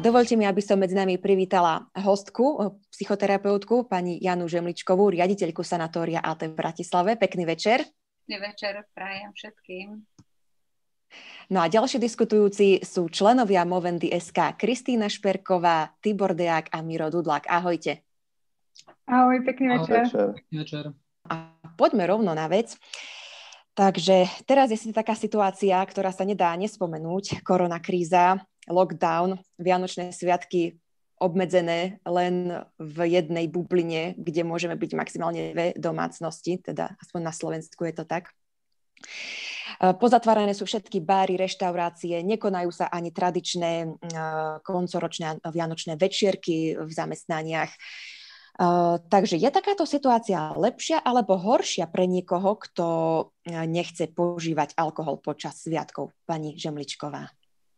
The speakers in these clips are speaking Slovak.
dovoľte mi, aby som medzi nami privítala hostku, psychoterapeutku, pani Janu Žemličkovú, riaditeľku sanatória AT v Bratislave. Pekný večer. Pekný večer prajem všetkým. No a ďalší diskutujúci sú členovia Movendy.sk Kristína Šperková, Tibor Deák a Miro Dudlák. Ahojte. Ahoj, pekný večer. Pekný večer. A poďme rovno na vec. Takže teraz je si taká situácia, ktorá sa nedá nespomenúť. Koronakríza, lockdown, vianočné sviatky obmedzené len v jednej bubline, kde môžeme byť maximálne 2 domácnosti, teda aspoň na Slovensku je to tak. Pozatvárané sú všetky báry, reštaurácie, nekonajú sa ani tradičné koncoročné vianočné večierky v zamestnaniach. Takže je takáto situácia lepšia alebo horšia pre niekoho, kto nechce požívať alkohol počas sviatkov? Pani Žemličková.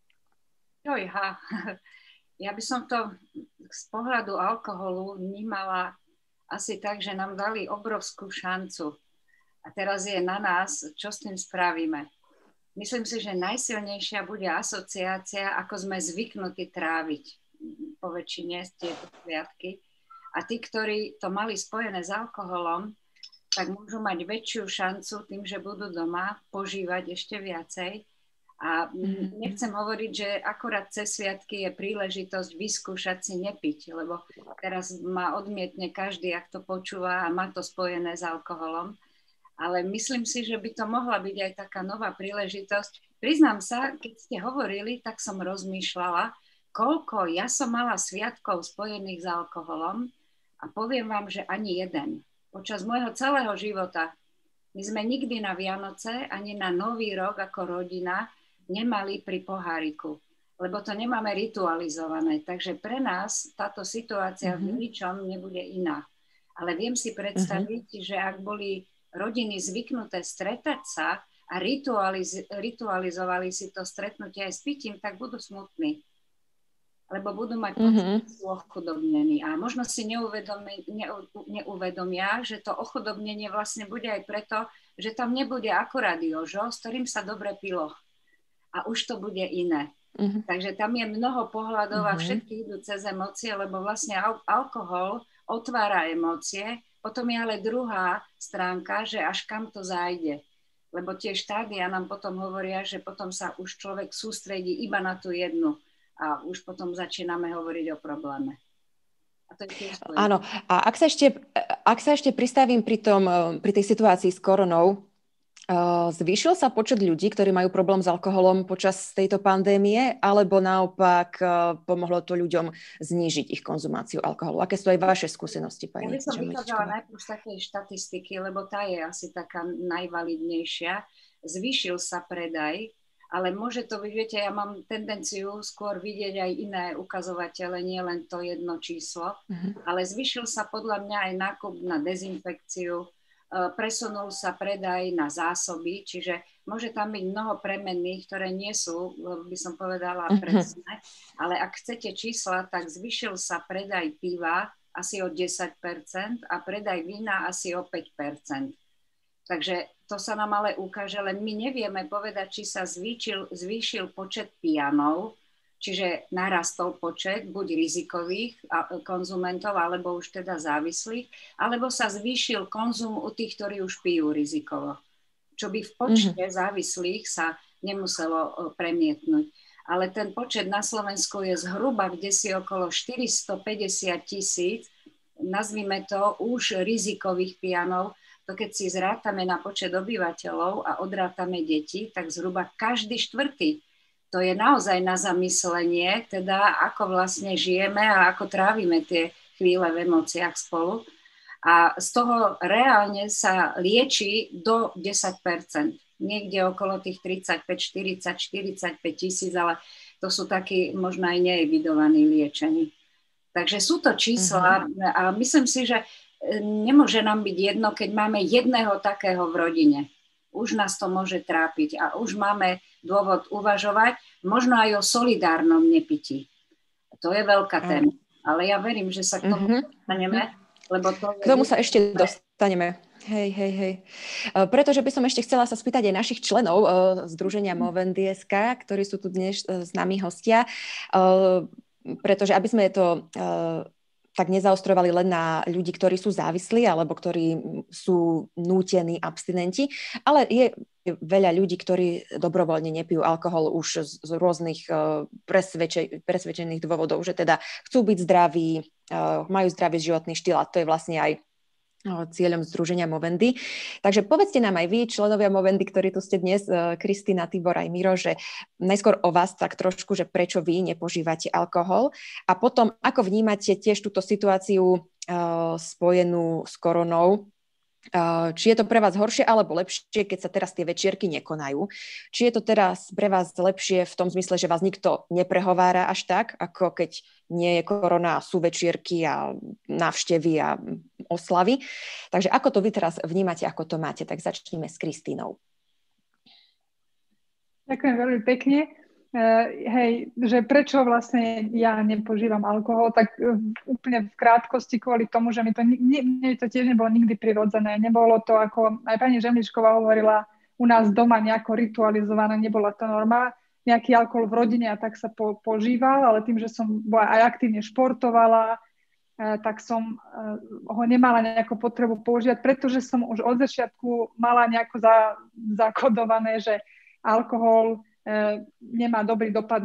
Jojha, ja by som to z pohľadu alkoholu vnímala asi tak, že nám dali obrovskú šancu. A teraz je na nás, čo s tým spravíme. Myslím si, že najsilnejšia bude asociácia, ako sme zvyknutí tráviť po väčšine tieto sviatky. A tí, ktorí to mali spojené s alkoholom, tak môžu mať väčšiu šancu tým, že budú doma požívať ešte viacej. A nechcem hovoriť, že akorát cez sviatky je príležitosť vyskúšať si nepiť, lebo teraz ma odmietne každý, ak to počúva a má to spojené s alkoholom. Ale myslím si, že by to mohla byť aj taká nová príležitosť. Priznám sa, keď ste hovorili, tak som rozmýšľala, koľko ja som mala sviatkov spojených s alkoholom a poviem vám, že ani jeden. Počas môjho celého života my sme nikdy na Vianoce ani na Nový rok ako rodina nemali pri poháriku, lebo to nemáme ritualizované. Takže pre nás táto situácia v ničom nebude iná. Ale viem si predstaviť, že ak boli rodiny zvyknuté stretať sa a ritualizovali si to stretnutie aj s pitím, tak budú smutní. Lebo budú mať pocit, že sú ochudobnení. A možno si neuvedomia, že to ochudobnenie vlastne bude aj preto, že tam nebude akorát Jožo, s ktorým sa dobre pilo. A už to bude iné. Takže tam je mnoho pohľadov a všetky idú cez emócie, lebo vlastne alkohol otvára emócie. Potom je ale druhá stránka, že až kam to zájde. Lebo tie štádia nám potom hovoria, že potom sa už človek sústredí iba na tú jednu. A už potom začíname hovoriť o probléme. A to je áno, a ak sa ešte pristavím pri tej situácii s koronou, zvýšil sa počet ľudí, ktorí majú problém s alkoholom počas tejto pandémie, alebo naopak pomohlo to ľuďom znížiť ich konzumáciu alkoholu? Aké sú aj vaše skúsenosti, pani Žemličková? Ja by som vychádzala najprv z takej štatistiky, lebo tá je asi taká najvalidnejšia. Zvýšil sa predaj, ale môže to byť, viete, ja mám tendenciu skôr vidieť aj iné ukazovatele, nie len to jedno číslo, ale zvýšil sa podľa mňa aj nákup na dezinfekciu, presunul sa predaj na zásoby, čiže môže tam byť mnoho premenných, ktoré nie sú, by som povedala, presné, ale ak chcete čísla, tak zvýšil sa predaj piva asi o 10% a predaj vína asi o 5%. Takže to sa nám ale ukáže, len my nevieme povedať, či sa zvýšil počet pijanov, čiže narastol počet buď rizikových konzumentov, alebo už teda závislých, alebo sa zvýšil konzum u tých, ktorí už pijú rizikovo. Čo by v počte závislých sa nemuselo premietnúť. Ale ten počet na Slovensku je zhruba kdesi okolo 450 000, nazvime to už rizikových pijanov. To keď si zrátame na počet obyvateľov a odrátame deti, tak zhruba každý štvrtý. To je naozaj na zamyslenie, teda ako vlastne žijeme a ako trávime tie chvíle v emóciách spolu. A z toho reálne sa lieči do 10%. Niekde okolo tých 35, 40, 45 tisíc, ale to sú takí možno aj neevidovaní liečení. Takže sú to čísla a myslím si, že nemôže nám byť jedno, keď máme jedného takého v rodine. Už nás to môže trápiť a už máme dôvod uvažovať možno aj o solidárnom nepití. To je veľká téma. Ale ja verím, že sa k tomu dostaneme, lebo to je... K tomu sa ešte dostaneme. Hej. Pretože by som ešte chcela sa spýtať aj našich členov Združenia Movendy.sk, ktorí sú tu dnes s nami hostia. pretože aby sme to tak nezaostrovali len na ľudí, ktorí sú závislí alebo ktorí sú nútení abstinenti, ale je veľa ľudí, ktorí dobrovoľne nepijú alkohol už z rôznych presvedčených dôvodov, že teda chcú byť zdraví, majú zdravý životný štýl a to je vlastne aj cieľom Združenia Movendy. Takže povedzte nám aj vy, členovia Movendy, ktorí tu ste dnes, Kristína, Tibor aj Miro, že najskôr o vás tak trošku, že prečo vy nepožívate alkohol a potom ako vnímate tiež túto situáciu spojenú s koronou. Či je to pre vás horšie alebo lepšie, keď sa teraz tie večierky nekonajú? Či je to teraz pre vás lepšie v tom zmysle, že vás nikto neprehovára až tak, ako keď nie je korona, sú večierky a návštevy a oslavy. Takže ako to vy teraz vnímate, ako to máte? Tak začneme s Kristínou. Ďakujem veľmi pekne. Že prečo vlastne ja nepožívam alkohol, tak úplne v krátkosti kvôli tomu, že mne to tiež nebolo nikdy prirodzené. Nebolo to, ako aj pani Žemličková hovorila, u nás doma nejako ritualizované, nebola to norma. Nejaký alkohol v rodine a tak sa požíval, ale tým, že som bola aj aktívne športovala, tak som ho nemala nejakú potrebu používať, pretože som už od začiatku mala nejako zakodované, že alkohol nemá dobrý dopad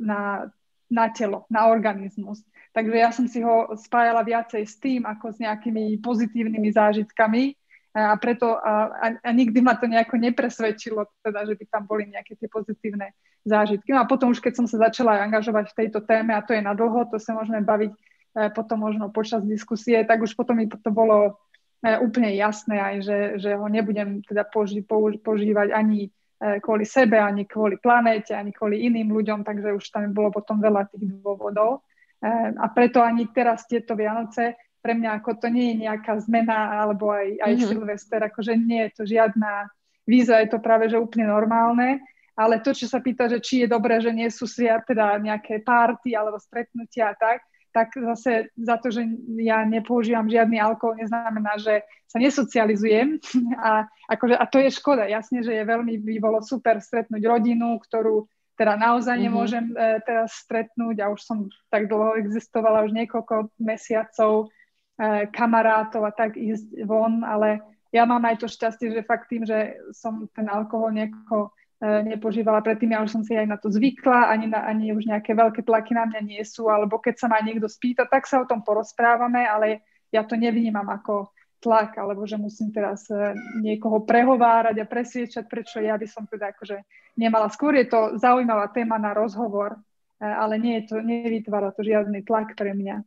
na telo, na organizmus. Takže ja som si ho spájala viacej s tým, ako s nejakými pozitívnymi zážitkami a preto a nikdy ma to nejako nepresvedčilo, teda, že by tam boli nejaké tie pozitívne zážitky. No a potom už keď som sa začala angažovať v tejto téme, a to je na dlho, to sa môžeme baviť potom možno počas diskusie, tak už potom mi to bolo úplne jasné aj, že ho nebudem teda požívať ani kvôli sebe, ani kvôli planéte, ani kvôli iným ľuďom, takže už tam bolo potom veľa tých dôvodov. A preto ani teraz tieto Vianoce, pre mňa ako to nie je nejaká zmena, alebo aj Silvester, akože nie je to žiadna výzva, je to práve že úplne normálne, ale to, čo sa pýta, že či je dobré, že nie sú teda nejaké párty alebo stretnutia a tak zase za to, že ja nepoužívam žiadny alkohol, neznamená, že sa nesocializujem a to je škoda. Jasne, že by bolo super stretnúť rodinu, ktorú teda naozaj nemôžem teraz stretnúť a už som tak dlho existovala, už niekoľko mesiacov, kamarátov a tak ísť von, ale ja mám aj to šťastie, že fakt tým, že som ten alkohol nepožívala predtým, ja už som si aj na to zvykla, ani už nejaké veľké tlaky na mňa nie sú, alebo keď sa ma niekto spýta, tak sa o tom porozprávame, ale ja to nevnímam ako tlak, alebo že musím teraz niekoho prehovárať a presviečať, prečo ja by som teda akože nemala. Skôr je to zaujímavá téma na rozhovor, ale nevytvára to žiadny tlak pre mňa.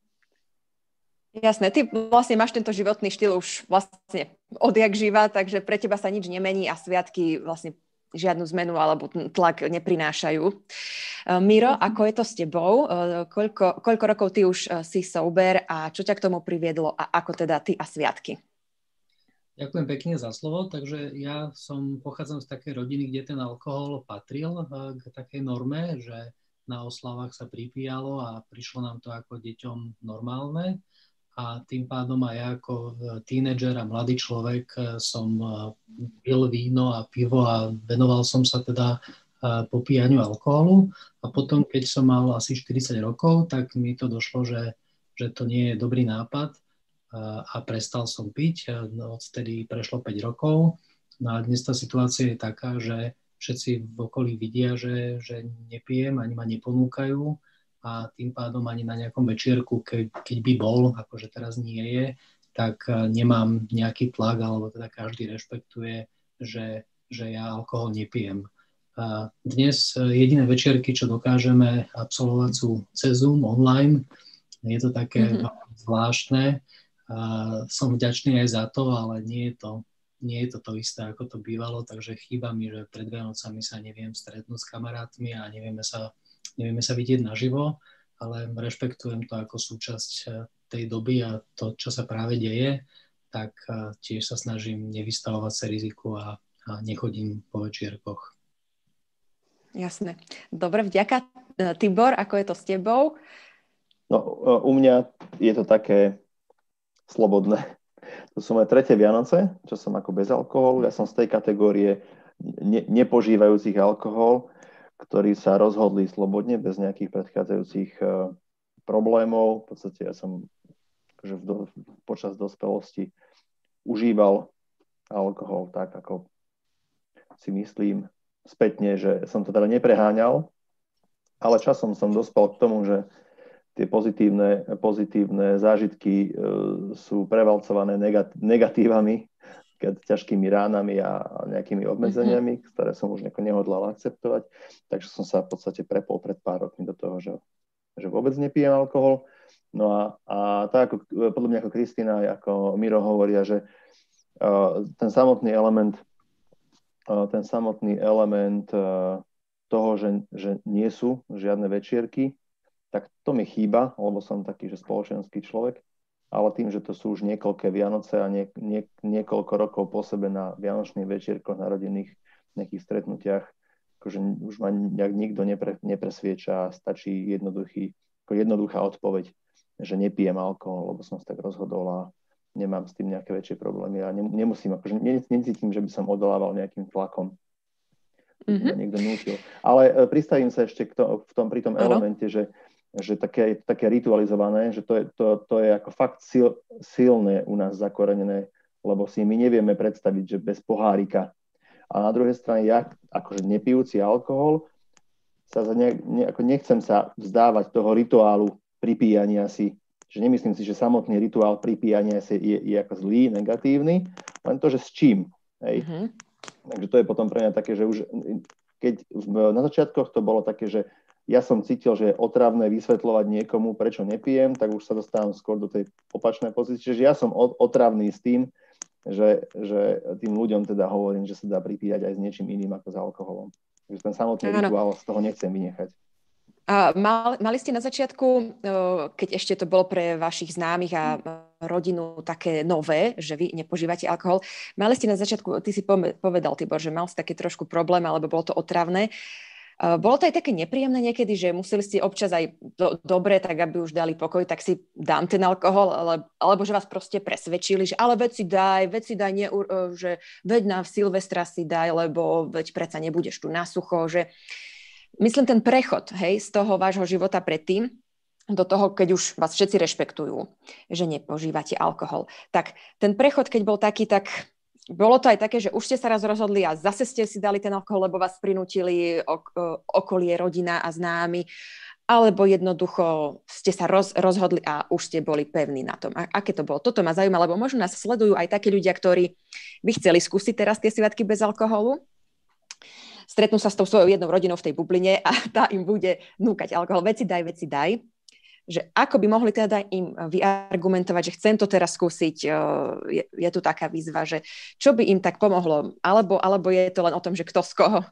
Jasné, ty vlastne máš tento životný štýl už vlastne odjak živa, takže pre teba sa nič nemení a sviatky vlastne žiadnu zmenu alebo tlak neprinášajú. Miro, ako je to s tebou? Koľko rokov ty už si sober a čo ťa k tomu priviedlo a ako teda ty a sviatky? Ďakujem pekne za slovo. Takže ja pochádzam z takej rodiny, kde ten alkohol patril k takej norme, že na oslavách sa pripíjalo a prišlo nám to ako deťom normálne. A tým pádom aj ja ako tínedžer a mladý človek som pil víno a pivo a venoval som sa teda popíjaniu alkoholu. A potom, keď som mal asi 40 rokov, tak mi to došlo, že to nie je dobrý nápad a prestal som piť. Odtedy prešlo 5 rokov. No a dnes tá situácia je taká, že všetci v okolí vidia, že nepijem, ani ma neponúkajú. A tým pádom ani na nejakom večierku, keď by bol, akože teraz nie je, tak nemám nejaký tlak, alebo teda každý rešpektuje, že ja alkohol nepijem. Dnes jediné večierky, čo dokážeme absolvovať, sú cez Zoom, online. Je to také zvláštne. Som vďačný aj za to, ale nie je to isté, ako to bývalo, takže chýba mi, že pred Vianocami sa neviem stretnúť s kamarátmi a nevieme sa vidieť naživo, ale rešpektujem to ako súčasť tej doby a to, čo sa práve deje, tak tiež sa snažím nevystavovať sa riziku a nechodím po večierkoch. Jasné. Dobre, vďaka. Tibor, ako je to s tebou? No, u mňa je to také slobodné. To sú moje tretie Vianoce, čo som ako bez alkoholu. Ja som z tej kategórie nepožívajúcich alkohol, ktorí sa rozhodli slobodne, bez nejakých predchádzajúcich problémov. V podstate ja som akože počas dospelosti užíval alkohol tak, ako si myslím spätne, že som to teda nepreháňal, ale časom som dospel k tomu, že tie pozitívne zážitky sú prevalcované negatívami, ťažkými ránami a nejakými obmedzeniami, ktoré som už nehodlal akceptovať. Takže som sa v podstate prepol pred pár rokmi do toho, že vôbec nepijem alkohol. No a tak ako, podľa mňa ako Kristína, ako Miro hovoria, že ten samotný element toho, že nie sú žiadne večierky, tak to mi chýba, lebo som taký, že spoločenský človek. Ale tým, že to sú už niekoľké Vianoce a niekoľko rokov po sebe na vianočných večierkoch, na rodinných nejakých stretnutiach, akože už ma nejak nikto nepresvieča, stačí jednoduchá odpoveď, že nepijem alkohol, lebo som sa tak rozhodol a nemám s tým nejaké väčšie problémy a nemusím, akože necítim, že by som odolával nejakým tlakom. Niekto nútil. Ale pristavím sa ešte pri tom elemente, že také ritualizované, že to je ako fakt silné u nás zakorenené, lebo si my nevieme predstaviť, že bez pohárika. A na druhej strane ja, akože nepijúci alkohol, nechcem sa vzdávať toho rituálu pripíjania si, že nemyslím si, že samotný rituál pripíjania si je ako zlý, negatívny, len to, že s čím. Hej? Takže to je potom pre mňa také, že už keď na začiatkoch to bolo také, že ja som cítil, že je otravné vysvetľovať niekomu, prečo nepijem, tak už sa dostávam skôr do tej opačnej pozície. Čiže ja som otravný s tým, že tým ľuďom teda hovorím, že sa dá pripíjať aj s niečím iným ako s alkoholom. Takže ten samotný rituál z toho nechcem vynechať. A mali ste na začiatku, keď ešte to bolo pre vašich známych a rodinu také nové, že vy nepožívate alkohol, mali ste na začiatku, ty si povedal, Tibor, že mal si také trošku problém, alebo bolo to otravné. Bolo to aj také nepríjemné niekedy, že museli ste občas aj dobre, tak aby už dali pokoj, tak si dám ten alkohol, alebo že vás proste presvedčili, že ale veď si daj, že veď na Silvestra si daj, lebo veď predsa nebudeš tu na sucho, že myslím ten prechod, hej, z toho vášho života predtým do toho, keď už vás všetci rešpektujú, že nepožívate alkohol. Tak ten prechod, keď bol taký, tak bolo to aj také, že už ste sa raz rozhodli a zase ste si dali ten alkohol, lebo vás prinútili okolie, rodina a známi, alebo jednoducho ste sa rozhodli a už ste boli pevní na tom. A aké to bolo? Toto ma zaujíma, lebo možno nás sledujú aj takí ľudia, ktorí by chceli skúsiť teraz tie sviatky bez alkoholu. Stretnú sa s tou svojou jednou rodinou v tej bubline a tá im bude núkať alkohol. Veci daj. Že ako by mohli teda im vyargumentovať, že chcem to teraz skúsiť, je tu taká výzva, že čo by im tak pomohlo? Alebo je to len o tom, že kto z koho?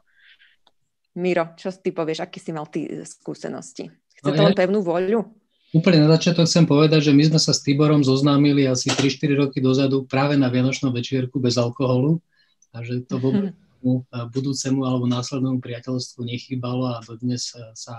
Miro, čo ty povieš? Aké si mal ty skúsenosti? Chce to len pevnú voľu? Úplne na začiatok chcem povedať, že my sme sa s Tiborom zoznámili asi 3-4 roky dozadu práve na vianočnom večierku bez alkoholu a že to vôbec budúcemu alebo následnému priateľstvu nechýbalo a dodnes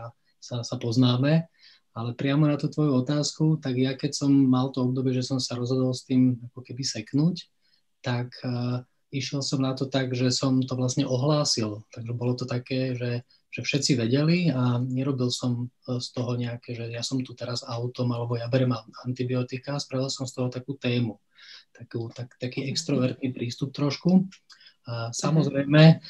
sa poznáme. Ale priamo na tú tvoju otázku, tak ja keď som mal to obdobie, že som sa rozhodol s tým ako keby seknúť, tak išiel som na to tak, že som to vlastne ohlásil. Takže bolo to také, že všetci vedeli a nerobil som z toho nejaké, že ja som tu teraz autom alebo ja berem antibiotika, spravil som z toho takú tému. Taký extrovertný prístup trošku. Samozrejme,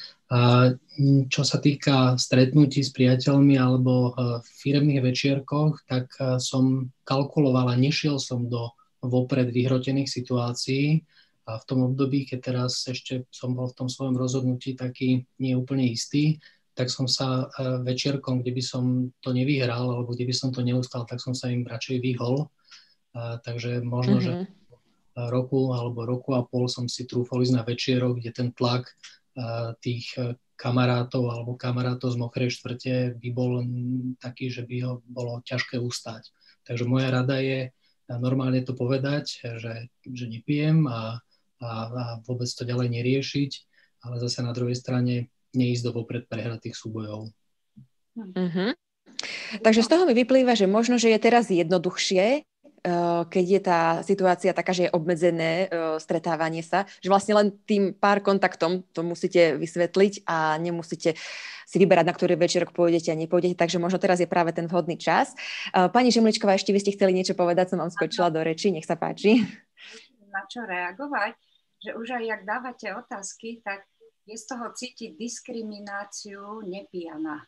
čo sa týka stretnutí s priateľmi alebo firemných večierkoch, tak som kalkuloval a nešiel som do vopred vyhrotených situácií a v tom období, keď teraz ešte som bol v tom svojom rozhodnutí taký nie úplne istý, tak som sa večierkom, kde by som to nevyhral alebo kde by som to neustal, tak som sa im radšej vyhol. Takže možno, že roku a pol som si trúfol ísť na večierok, kde ten tlak tých kamarátov alebo kamarátov z Mokrej štvrte by bol taký, že by ho bolo ťažké ustáť. Takže moja rada je normálne to povedať, že nepijem a vôbec to ďalej neriešiť, ale zase na druhej strane neísť do vopred prehratých súbojov. Takže z toho mi vyplýva, že možno, že je teraz jednoduchšie keď je tá situácia taká, že je obmedzené stretávanie sa, že vlastne len tým pár kontaktom to musíte vysvetliť a nemusíte si vyberať, na ktorý večerok pôjdete a nepôjdete, takže možno teraz je práve ten vhodný čas. Pani Žemličková, ešte vy ste chceli niečo povedať, som vám skočila do reči, nech sa páči. Na čo reagovať, že už aj jak dávate otázky, tak je z toho cítiť diskrimináciu nepijana.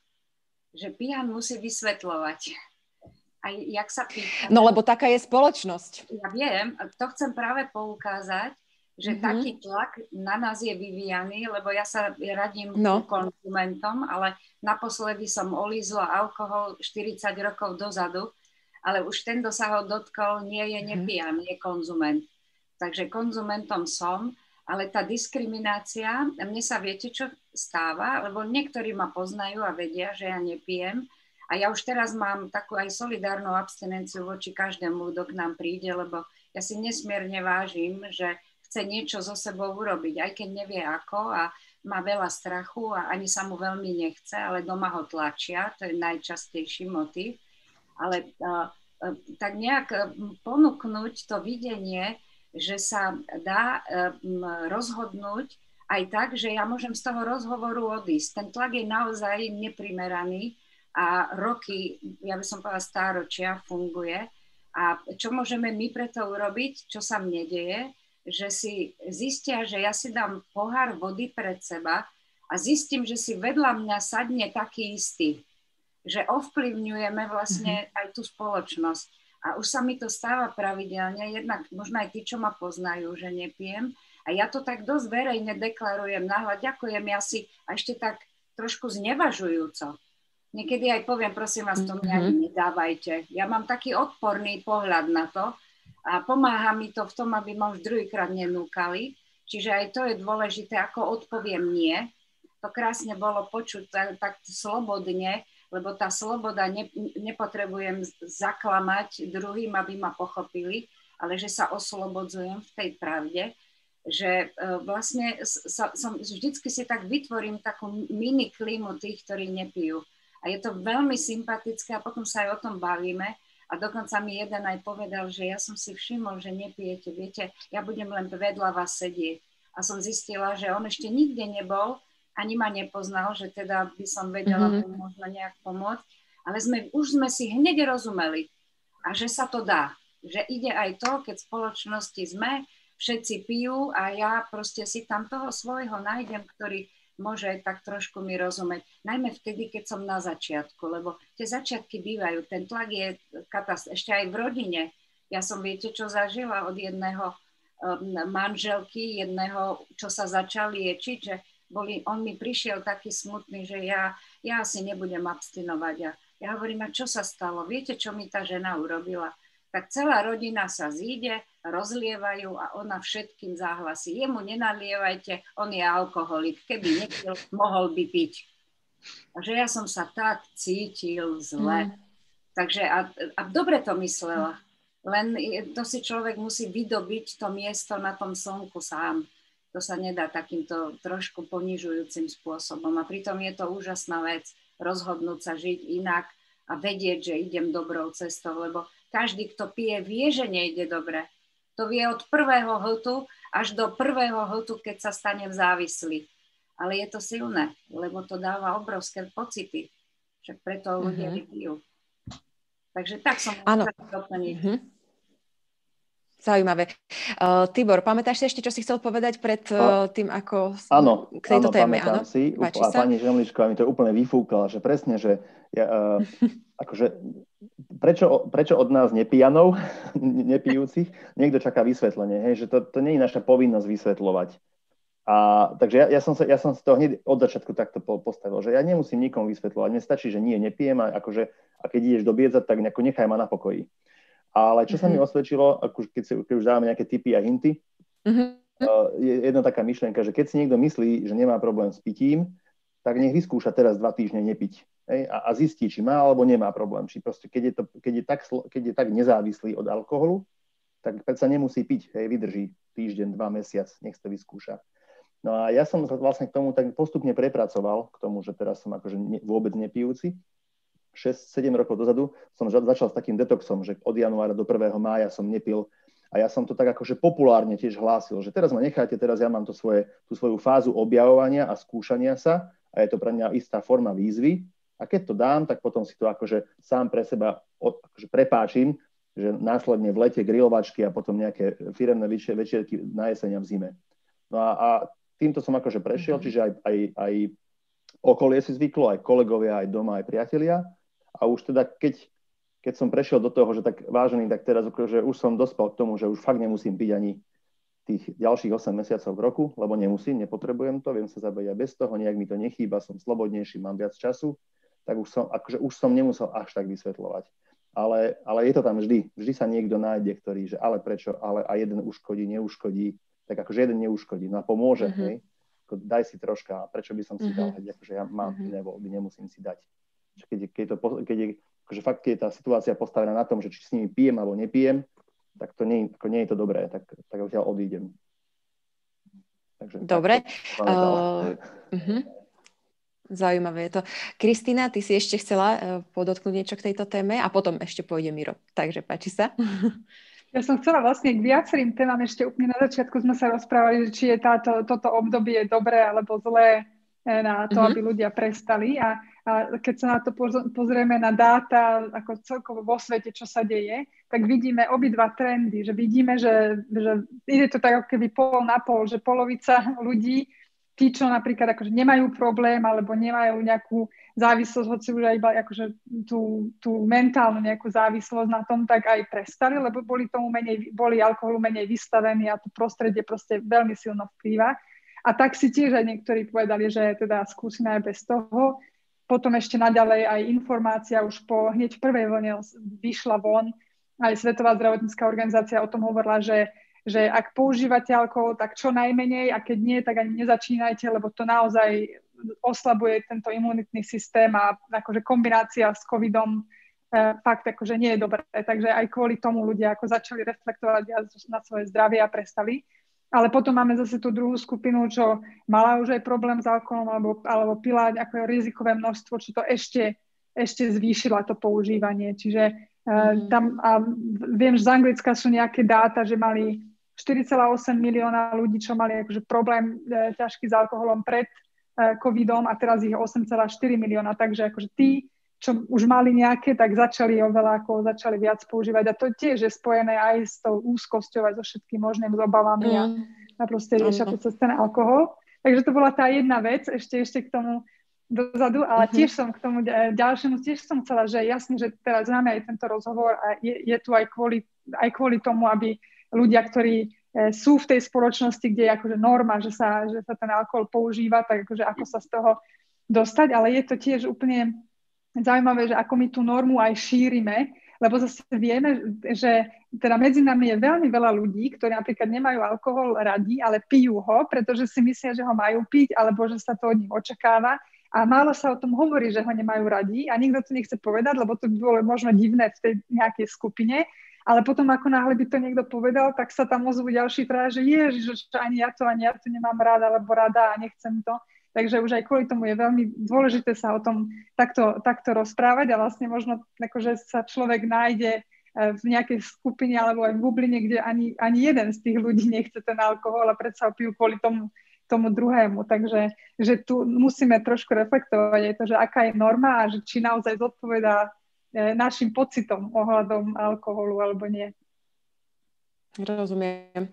Že pijan musí vysvetľovať. A jak sa pýta... No lebo taká je spoločnosť. Ja viem, to chcem práve poukázať, že taký tlak na nás je vyvíjaný, lebo ja sa radím konzumentom, ale naposledy som olízla alkohol 40 rokov dozadu, ale už ten, kto sa ho dotkol, nie je nepijan, je konzument. Takže konzumentom som, ale tá diskriminácia, mne sa viete, čo stáva, lebo niektorí ma poznajú a vedia, že ja nepijem. A ja už teraz mám takú aj solidárnu abstinenciu voči každému, kto k nám príde, lebo ja si nesmierne vážim, že chce niečo so sebou urobiť, aj keď nevie ako a má veľa strachu a ani sa mu veľmi nechce, ale doma ho tlačia, to je najčastejší motív. Ale tak nejak ponúknuť to videnie, že sa dá rozhodnúť aj tak, že ja môžem z toho rozhovoru odísť. Ten tlak je naozaj neprimeraný, a roky, ja by som povedala stáročia, funguje. A čo môžeme my preto urobiť, čo sa mne deje, že si zistia, že ja si dám pohár vody pred seba a zistím, že si vedľa mňa sadne taký istý. Že ovplyvňujeme vlastne aj tú spoločnosť. A už sa mi to stáva pravidelne, jednak možno aj tí, čo ma poznajú, že nepijem. A ja to tak dosť verejne deklarujem nahlas, ďakujem, ja si, a ešte tak trošku znevažujúco. Niekedy aj poviem, prosím vás, to mi ani nedávajte. Ja mám taký odporný pohľad na to a pomáha mi to v tom, aby ma už druhýkrát nenúkali. Čiže aj to je dôležité, ako odpoviem nie. To krásne bolo počuť tak slobodne, lebo tá sloboda, nepotrebujem zaklamať druhým, aby ma pochopili, ale že sa oslobodzujem v tej pravde, že vlastne vždycky si tak vytvorím takú mini klímu tých, ktorí nepijú. A je to veľmi sympatické a potom sa aj o tom bavíme. A dokonca mi jeden aj povedal, že ja som si všimol, že nepijete. Viete, ja budem len vedľa vás sedieť. A som zistila, že on ešte nikde nebol, ani ma nepoznal, že teda by som vedela mu možno nejak pomôcť. Ale už sme si hneď rozumeli. A že sa to dá. Že ide aj to, keď v spoločnosti sme, všetci pijú a ja proste si tam toho svojho nájdem, ktorý môže tak trošku mi rozumieť. Najmä vtedy, keď som na začiatku, lebo tie začiatky bývajú. Ten tlak je ešte aj v rodine. Ja som, viete, čo zažila od jedného manželky, jedného, čo sa začal liečiť, že on mi prišiel taký smutný, že ja asi nebudem abstinovať. Ja hovorím, a čo sa stalo? Viete, čo mi tá žena urobila? Tak celá rodina sa zíde, rozlievajú a ona všetkým záhlasí. Jemu nenalievajte, on je alkoholik. Keby nepil, mohol by piť. A že ja som sa tak cítil zle. Takže a dobre to myslela. Len to si človek musí vydobiť to miesto na tom slnku sám. To sa nedá takýmto trošku ponižujúcim spôsobom. A pritom je to úžasná vec rozhodnúť sa žiť inak a vedieť, že idem dobrou cestou, lebo každý, kto pije, vie, že nejde dobre. To vie od prvého hltu až do prvého hltu, keď sa stane závislý. Ale je to silné, lebo to dáva obrovské pocity. Však preto ľudia pijú. Takže tak som chcela doplniť. Zaujímavé. Tibor, pamätáš si ešte, čo si chcel povedať pred tým, ako k tejto téme? Áno, pamätám si. A pani Žemličková mi to úplne vyfúkla, že presne, že akože prečo od nás nepijanov, nepijúcich, niekto čaká vysvetlenie, hej, že to nie je naša povinnosť vysvetľovať. A takže ja som si to hneď od začiatku takto postavil, že ja nemusím nikomu vysvetľovať, mne stačí, že nie, nepijem a keď ideš dobiedzať, tak nechaj ma na pokoji. Ale čo sa mi osvedčilo, keď už dávame nejaké tipy a hinty, je jedna taká myšlienka, že keď si niekto myslí, že nemá problém s pitím, tak nech vyskúša teraz 2 týždne nepiť. Hej, a zistí, či má alebo nemá problém. Či proste, keď je tak nezávislý od alkoholu, tak predsa nemusí piť. Hej, vydrží týždeň, 2 mesiac, nech to vyskúša. No a ja som vlastne k tomu tak postupne prepracoval, k tomu, že teraz som akože vôbec nepijúci. 6-7 rokov dozadu som začal s takým detoxom, že od januára do 1. mája som nepil. A ja som to tak akože populárne tiež hlásil, že teraz ma nechajte, teraz ja mám tú svoju fázu objavovania a skúšania sa a je to pre mňa istá forma výzvy. A keď to dám, tak potom si to akože sám pre seba akože prepáčim, že následne v lete grilovačky a potom nejaké firemné večierky na jeseň a v zime. No a týmto som akože prešiel, čiže aj okolie si zvyklo, aj kolegovia, aj doma, aj priatelia. A už teda, keď som prešiel do toho, že tak vážený, tak teraz že už som dospel k tomu, že už fakt nemusím piť ani tých ďalších 8 mesiacov v roku, lebo nemusím, nepotrebujem to, viem sa zabaviť aj bez toho, nejak mi to nechýba, som slobodnejší, mám viac času, tak už som nemusel až tak vysvetľovať. Ale je to tam vždy. Vždy sa niekto nájde, ktorý, že ale prečo, ale a jeden uškodí, neuškodí, tak akože jeden neuškodí, no a pomôže, hej? Daj si troška, a prečo by som si dal, akože ja mám iné voľby, nemusím si dať. Keď je tá situácia postavená na tom, že či s nimi pijem alebo nepijem, tak to nie je to dobré, tak odtiaľ odídem. Takže, dobre. Zaujímavé je to. Kristína, ty si ešte chcela podotknúť niečo k tejto téme a potom ešte pôjde Miro. Takže páči sa. Ja som chcela vlastne k viacerým témam ešte úplne na začiatku sme sa rozprávali, či je toto obdobie dobré alebo zlé na to, aby ľudia prestali. A keď sa na to pozrieme na dáta, ako celkovo vo svete, čo sa deje, tak vidíme obidva trendy. Že vidíme, že ide to tak ako keby pol na pol, že polovica ľudí, tí, čo napríklad akože nemajú problém alebo nemajú nejakú závislosť, hoci už aj iba akože tú mentálnu nejakú závislosť na tom, tak aj prestali, lebo boli alkoholu menej vystavení a to prostredie proste veľmi silno vplýva. A tak si tiež aj niektorí povedali, že teda skúsime aj bez toho. Potom ešte naďalej aj informácia už hneď v prvej vlne vyšla von. Aj Svetová zdravotnícka organizácia o tom hovorila, že ak používate alkohol, tak čo najmenej a keď nie, tak ani nezačínajte, lebo to naozaj oslabuje tento imunitný systém a akože kombinácia s covidom fakt akože nie je dobré. Takže aj kvôli tomu ľudia ako začali reflektovať na svoje zdravie a prestali. Ale potom máme zase tú druhú skupinu, čo mala už aj problém s alkoholom alebo pila ako rizikové množstvo, čo to ešte zvýšila to používanie. Čiže tam, a viem, že z Anglicka sú nejaké dáta, že mali 4,8 milióna ľudí, čo mali akože problém ťažký s alkoholom pred covidom a teraz ich 8,4 milióna. Takže akože tí, čo už mali nejaké, tak začali viac používať. A to tiež je spojené aj s tou úzkosťou, aj so všetkým možným obavami a proste riešia to cez ten alkohol. Takže to bola tá jedna vec, ešte k tomu dozadu, ale tiež som k tomu ďalšiemu tiež som chcela, že jasne, že teraz máme aj tento rozhovor a je tu aj kvôli tomu, aby ľudia, ktorí sú v tej spoločnosti, kde je akože norma, že sa ten alkohol používa, tak akože ako sa z toho dostať, ale je to tiež úplne zaujímavé, že ako my tú normu aj šírime, lebo zase vieme, že teda medzi nami je veľmi veľa ľudí, ktorí napríklad nemajú alkohol radi, ale pijú ho, pretože si myslia, že ho majú piť, alebo že sa to od nich očakáva. A málo sa o tom hovorí, že ho nemajú radi a nikto to nechce povedať, lebo to by bolo možno divné v tej nejakej skupine. Ale potom, ako náhle by to niekto povedal, tak sa tam ozvú ďalší traja, že ježiš, ani ja to nemám rada, alebo rada a nechcem to. Takže už aj kvôli tomu je veľmi dôležité sa o tom takto rozprávať a vlastne možno akože sa človek nájde v nejakej skupine alebo aj v bubline, kde ani jeden z tých ľudí nechce ten alkohol a predsa ho pijú kvôli tomu druhému. Takže že tu musíme trošku reflektovať aj to, že aká je norma a že či naozaj zodpovedá našim pocitom ohľadom alkoholu alebo nie. Rozumiem.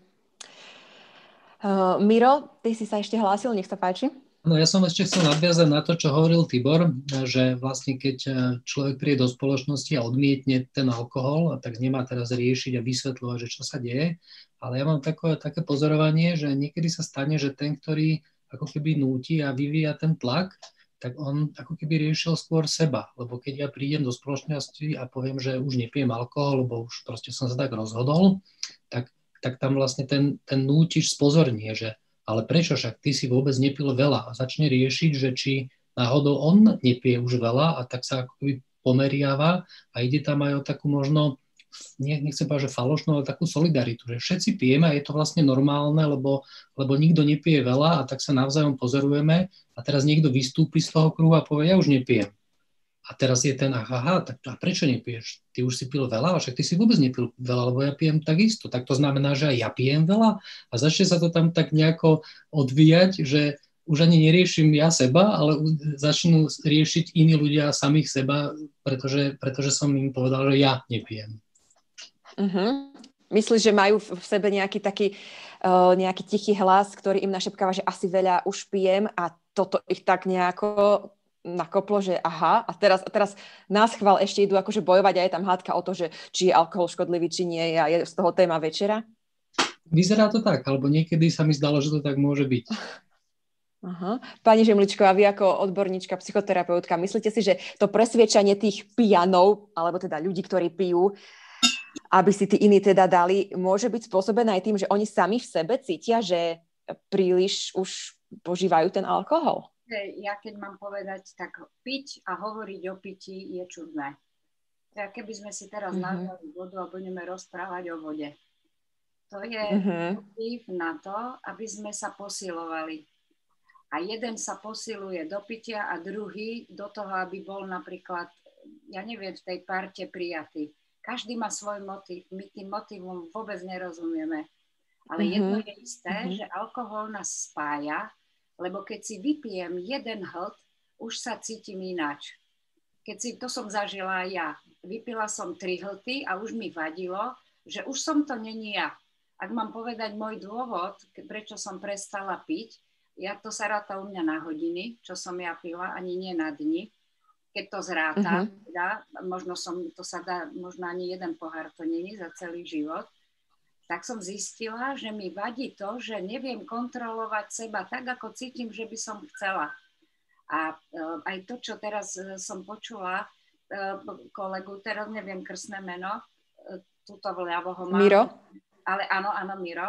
Miro, ty si sa ešte hlásil, nech sa páči. No ja som ešte chcel nadviazať na to, čo hovoril Tibor, že vlastne keď človek príde do spoločnosti a odmietne ten alkohol, tak nemá teraz riešiť a vysvetľovať, že čo sa deje. Ale ja mám také pozorovanie, že niekedy sa stane, že ten, ktorý ako keby núti a vyvíja ten tlak, tak on ako keby riešil skôr seba. Lebo keď ja prídem do spoločnosti a poviem, že už nepijem alkohol, lebo už proste som sa tak rozhodol, tak tam vlastne ten nútič spozornie, že ale prečo však ty si vôbec nepil veľa a začne riešiť, že či náhodou on nepije už veľa a tak sa ako keby pomeriava a ide tam aj o takú možno, nechcem povedať, že falošnú, ale takú solidaritu, že všetci pijeme a je to vlastne normálne, lebo nikto nepije veľa a tak sa navzájom pozorujeme a teraz niekto vystúpi z toho kruhu a povie, ja už nepijem. A teraz je ten, aha, tak a prečo nepiješ? Ty už si pil veľa, však ty si vôbec nepil veľa, lebo ja pijem takisto. Tak to znamená, že aj ja pijem veľa a začne sa to tam tak nejako odvíjať, že už ani neriešim ja seba, ale začnú riešiť iní ľudia samých seba, pretože som im povedal, že ja nepijem. Myslíš, že majú v sebe nejaký taký nejaký tichý hlas, ktorý im našepkáva, že asi veľa už pijem a toto ich tak nejako nakoplo, že aha, a teraz nás chval ešte idú akože bojovať a je tam hádka o to, že či je alkohol škodlivý, či nie je a je z toho téma večera? Vyzerá to tak, alebo niekedy sa mi zdalo, že to tak môže byť. Aha. Pani Žemličková, vy ako odborníčka, psychoterapeutka, myslíte si, že to presviečanie tých pijanov, alebo teda ľudí, ktorí pijú, aby si tí iní teda dali, môže byť spôsobené aj tým, že oni sami v sebe cítia, že príliš už požívajú ten alkohol? Ja keď mám povedať, tak piť a hovoriť o pití je čudné. Tak keby sme si teraz naliali vodu a budeme rozprávať o vode. To je motív na to, aby sme sa posilovali. A jeden sa posiluje do pitia a druhý do toho, aby bol napríklad, ja neviem, v tej parte prijatý. Každý má svoj motív. My tým motívom vôbec nerozumieme. Ale jedno je isté, že alkohol nás spája, lebo keď si vypijem jeden hlt, už sa cítim ináč. To som zažila aj ja. Vypila som 3 hľty a už mi vadilo, že už som to není ja. Ak mám povedať môj dôvod, prečo som prestala piť, to sa ráta u mňa na hodiny, čo som ja pila, ani nie na dni. Keď to zráta, možno ani jeden pohár to není za celý život, tak som zistila, že mi vadí to, že neviem kontrolovať seba tak, ako cítim, že by som chcela. A aj to, čo teraz som počula kolegu, teraz neviem krstné meno, tuto vľavo ho mám. Miro? Ale áno, Miro.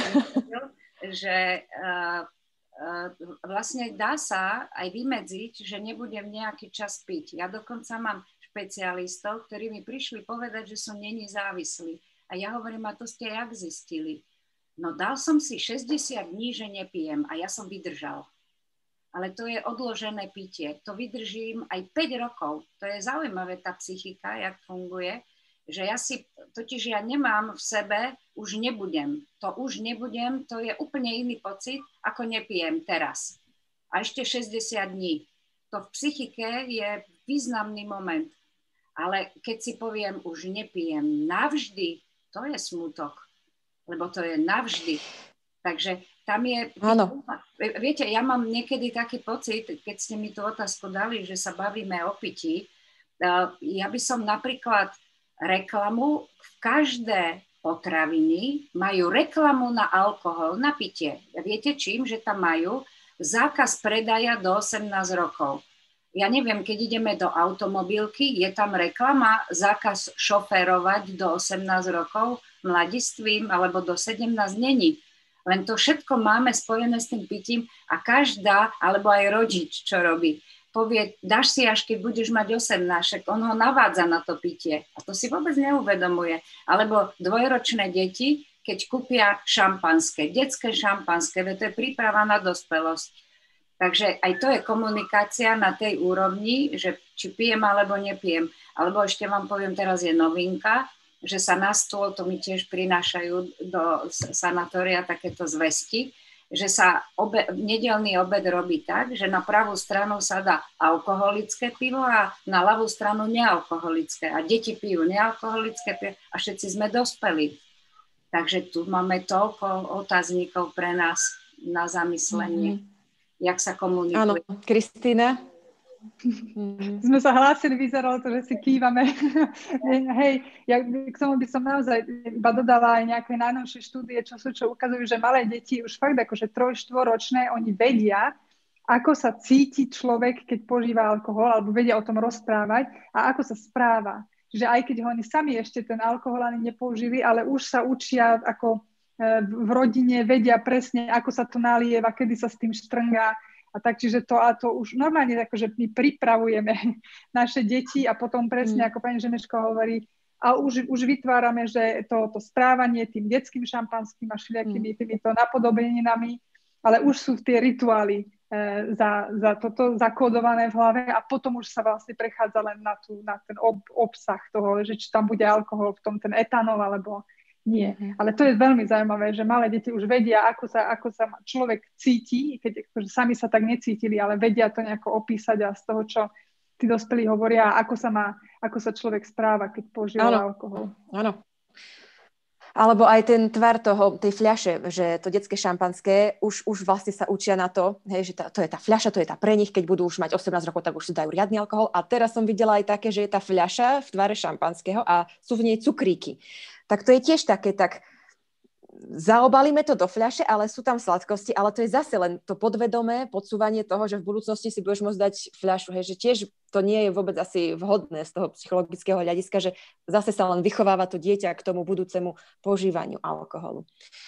Že vlastne dá sa aj vymedziť, že nebudem nejaký čas piť. Ja dokonca mám špecialistov, ktorí mi prišli povedať, že som není závislý. A ja hovorím, a to ste jak zistili? No dal som si 60 dní, že nepijem a ja som vydržal. Ale to je odložené pitie. To vydržím aj 5 rokov. To je zaujímavé, tá psychika, jak funguje, že ja nemám v sebe, už nebudem. To už nebudem, to je úplne iný pocit, ako nepijem teraz. A ešte 60 dní. To v psychike je významný moment. Ale keď si poviem, už nepijem navždy, to je smutok, lebo to je navždy. Takže tam je... Áno. Viete, ja mám niekedy taký pocit, keď ste mi tú otázku dali, že sa bavíme o pití, ja by som napríklad reklamu, v každé potraviny majú reklamu na alkohol, na pitie. Viete čím? Že tam majú zákaz predaja do 18 rokov. Ja neviem, keď ideme do automobilky, je tam reklama, zákaz šoférovať do 18 rokov, mladistvím alebo do 17 není. Len to všetko máme spojené s tým pitím a každá, alebo aj rodič, čo robí, povie, dáš si až keď budeš mať 18, on ho navádza na to pitie a to si vôbec neuvedomuje. Alebo dvojročné deti, keď kúpia šampanské, detské šampanské, to je príprava na dospelosť. Takže aj to je komunikácia na tej úrovni, že či pijem alebo nepijem. Alebo ešte vám poviem, teraz je novinka, že sa na stôl, to mi tiež prinášajú do sanatória takéto zvesti, že sa nedeľný obed robí tak, že na pravú stranu sa dá alkoholické pivo a na ľavú stranu nealkoholické. A deti pijú nealkoholické pivo a všetci sme dospelí. Takže tu máme toľko otáznikov pre nás na zamyslenie. Jak sa komunikuje. Áno, Kristína? Sme sa hlásili, vyzeralo to, že si kývame. Hej, ja k tomu by som naozaj iba dodala aj nejaké najnovšie štúdie, čo ukazujú, že malé deti už fakt akože 3-4-ročné, oni vedia, ako sa cíti človek, keď požíva alkohol, alebo vedia o tom rozprávať a ako sa správa. Že aj keď oni sami ešte ten alkohol ani nepoužili, ale už sa učia ako v rodine, vedia presne, ako sa to nalieva, kedy sa s tým štrngá a tak, čiže to už normálne akože my pripravujeme naše deti a potom presne, ako pani Žemečko hovorí, a už vytvárame, že to správanie tým detským šampanským a všelijakými týmito napodobeninami, ale už sú tie rituály za toto zakódované v hlave a potom už sa vlastne prechádza len na ten obsah toho, že či tam bude alkohol v tom, ten etanol alebo nie. Ale to je veľmi zaujímavé, že malé deti už vedia, ako sa človek cíti, keď akože sami sa tak necítili, ale vedia to nejako opísať a z toho, čo tí dospelí hovoria, ako sa človek správa, keď používa alkohol. Áno. Alebo aj ten tvar tej fľaše, že to detské šampanské už vlastne sa učia na to, hej, že to je tá fľaša, to je tá pre nich, keď budú už mať 18 rokov, tak už si dajú riadny alkohol. A teraz som videla aj také, že je tá fľaša v tvare šampanského a sú v nej cukríky. Tak to je tiež také, tak zaobalíme to do fľaše, ale sú tam sladkosti, ale to je zase len to podvedomé podsúvanie toho, že v budúcnosti si budeš môcť dať fľašu, hej, že tiež to nie je vôbec asi vhodné z toho psychologického hľadiska, že zase sa len vychováva to dieťa k tomu budúcemu požívaniu alkoholu.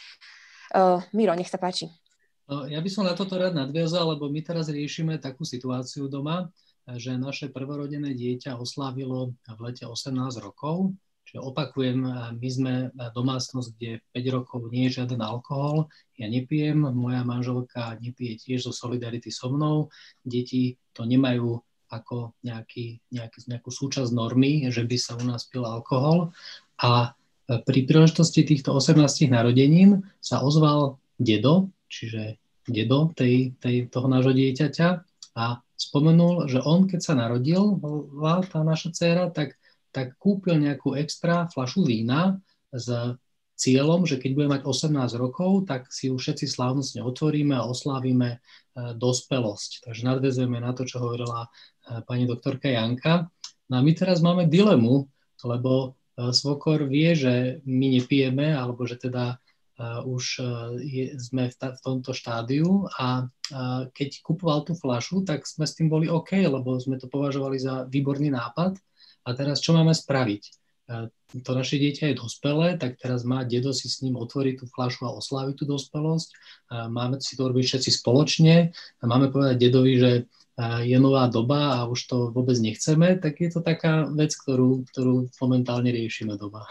Miro, nech sa páči. Ja by som na toto rád nadviazal, lebo my teraz riešime takú situáciu doma, že naše prvorodené dieťa oslávilo v lete 18 rokov. Čiže opakujem, my sme domácnosť, kde 5 rokov nie je žiaden alkohol, ja nepijem, moja manželka nepije tiež zo solidarity so mnou, deti to nemajú ako nejakú súčasť normy, že by sa u nás pil alkohol a pri príležitosti týchto 18 narodenín sa ozval dedo, čiže dedo toho nášho dieťaťa a spomenul, že on, keď sa narodil, tá naša dcéra, tak kúpil nejakú extra fľašu vína s cieľom, že keď bude mať 18 rokov, tak si ju všetci slávnostne otvoríme a oslávime dospelosť. Takže nadväzujeme na to, čo hovorila pani doktorka Janka. No a my teraz máme dilemu, lebo svokor vie, že my nepijeme, alebo že teda už sme v tomto štádiu a keď kupoval tú fľašu, tak sme s tým boli OK, lebo sme to považovali za výborný nápad. A teraz čo máme spraviť? To naše dieťa je dospelé, tak teraz má dedo si s ním otvoriť tú fľašu a osláviť tú dospelosť. Máme si to robiť všetci spoločne. Máme povedať dedovi, že je nová doba a už to vôbec nechceme, tak je to taká vec, ktorú momentálne riešime doma.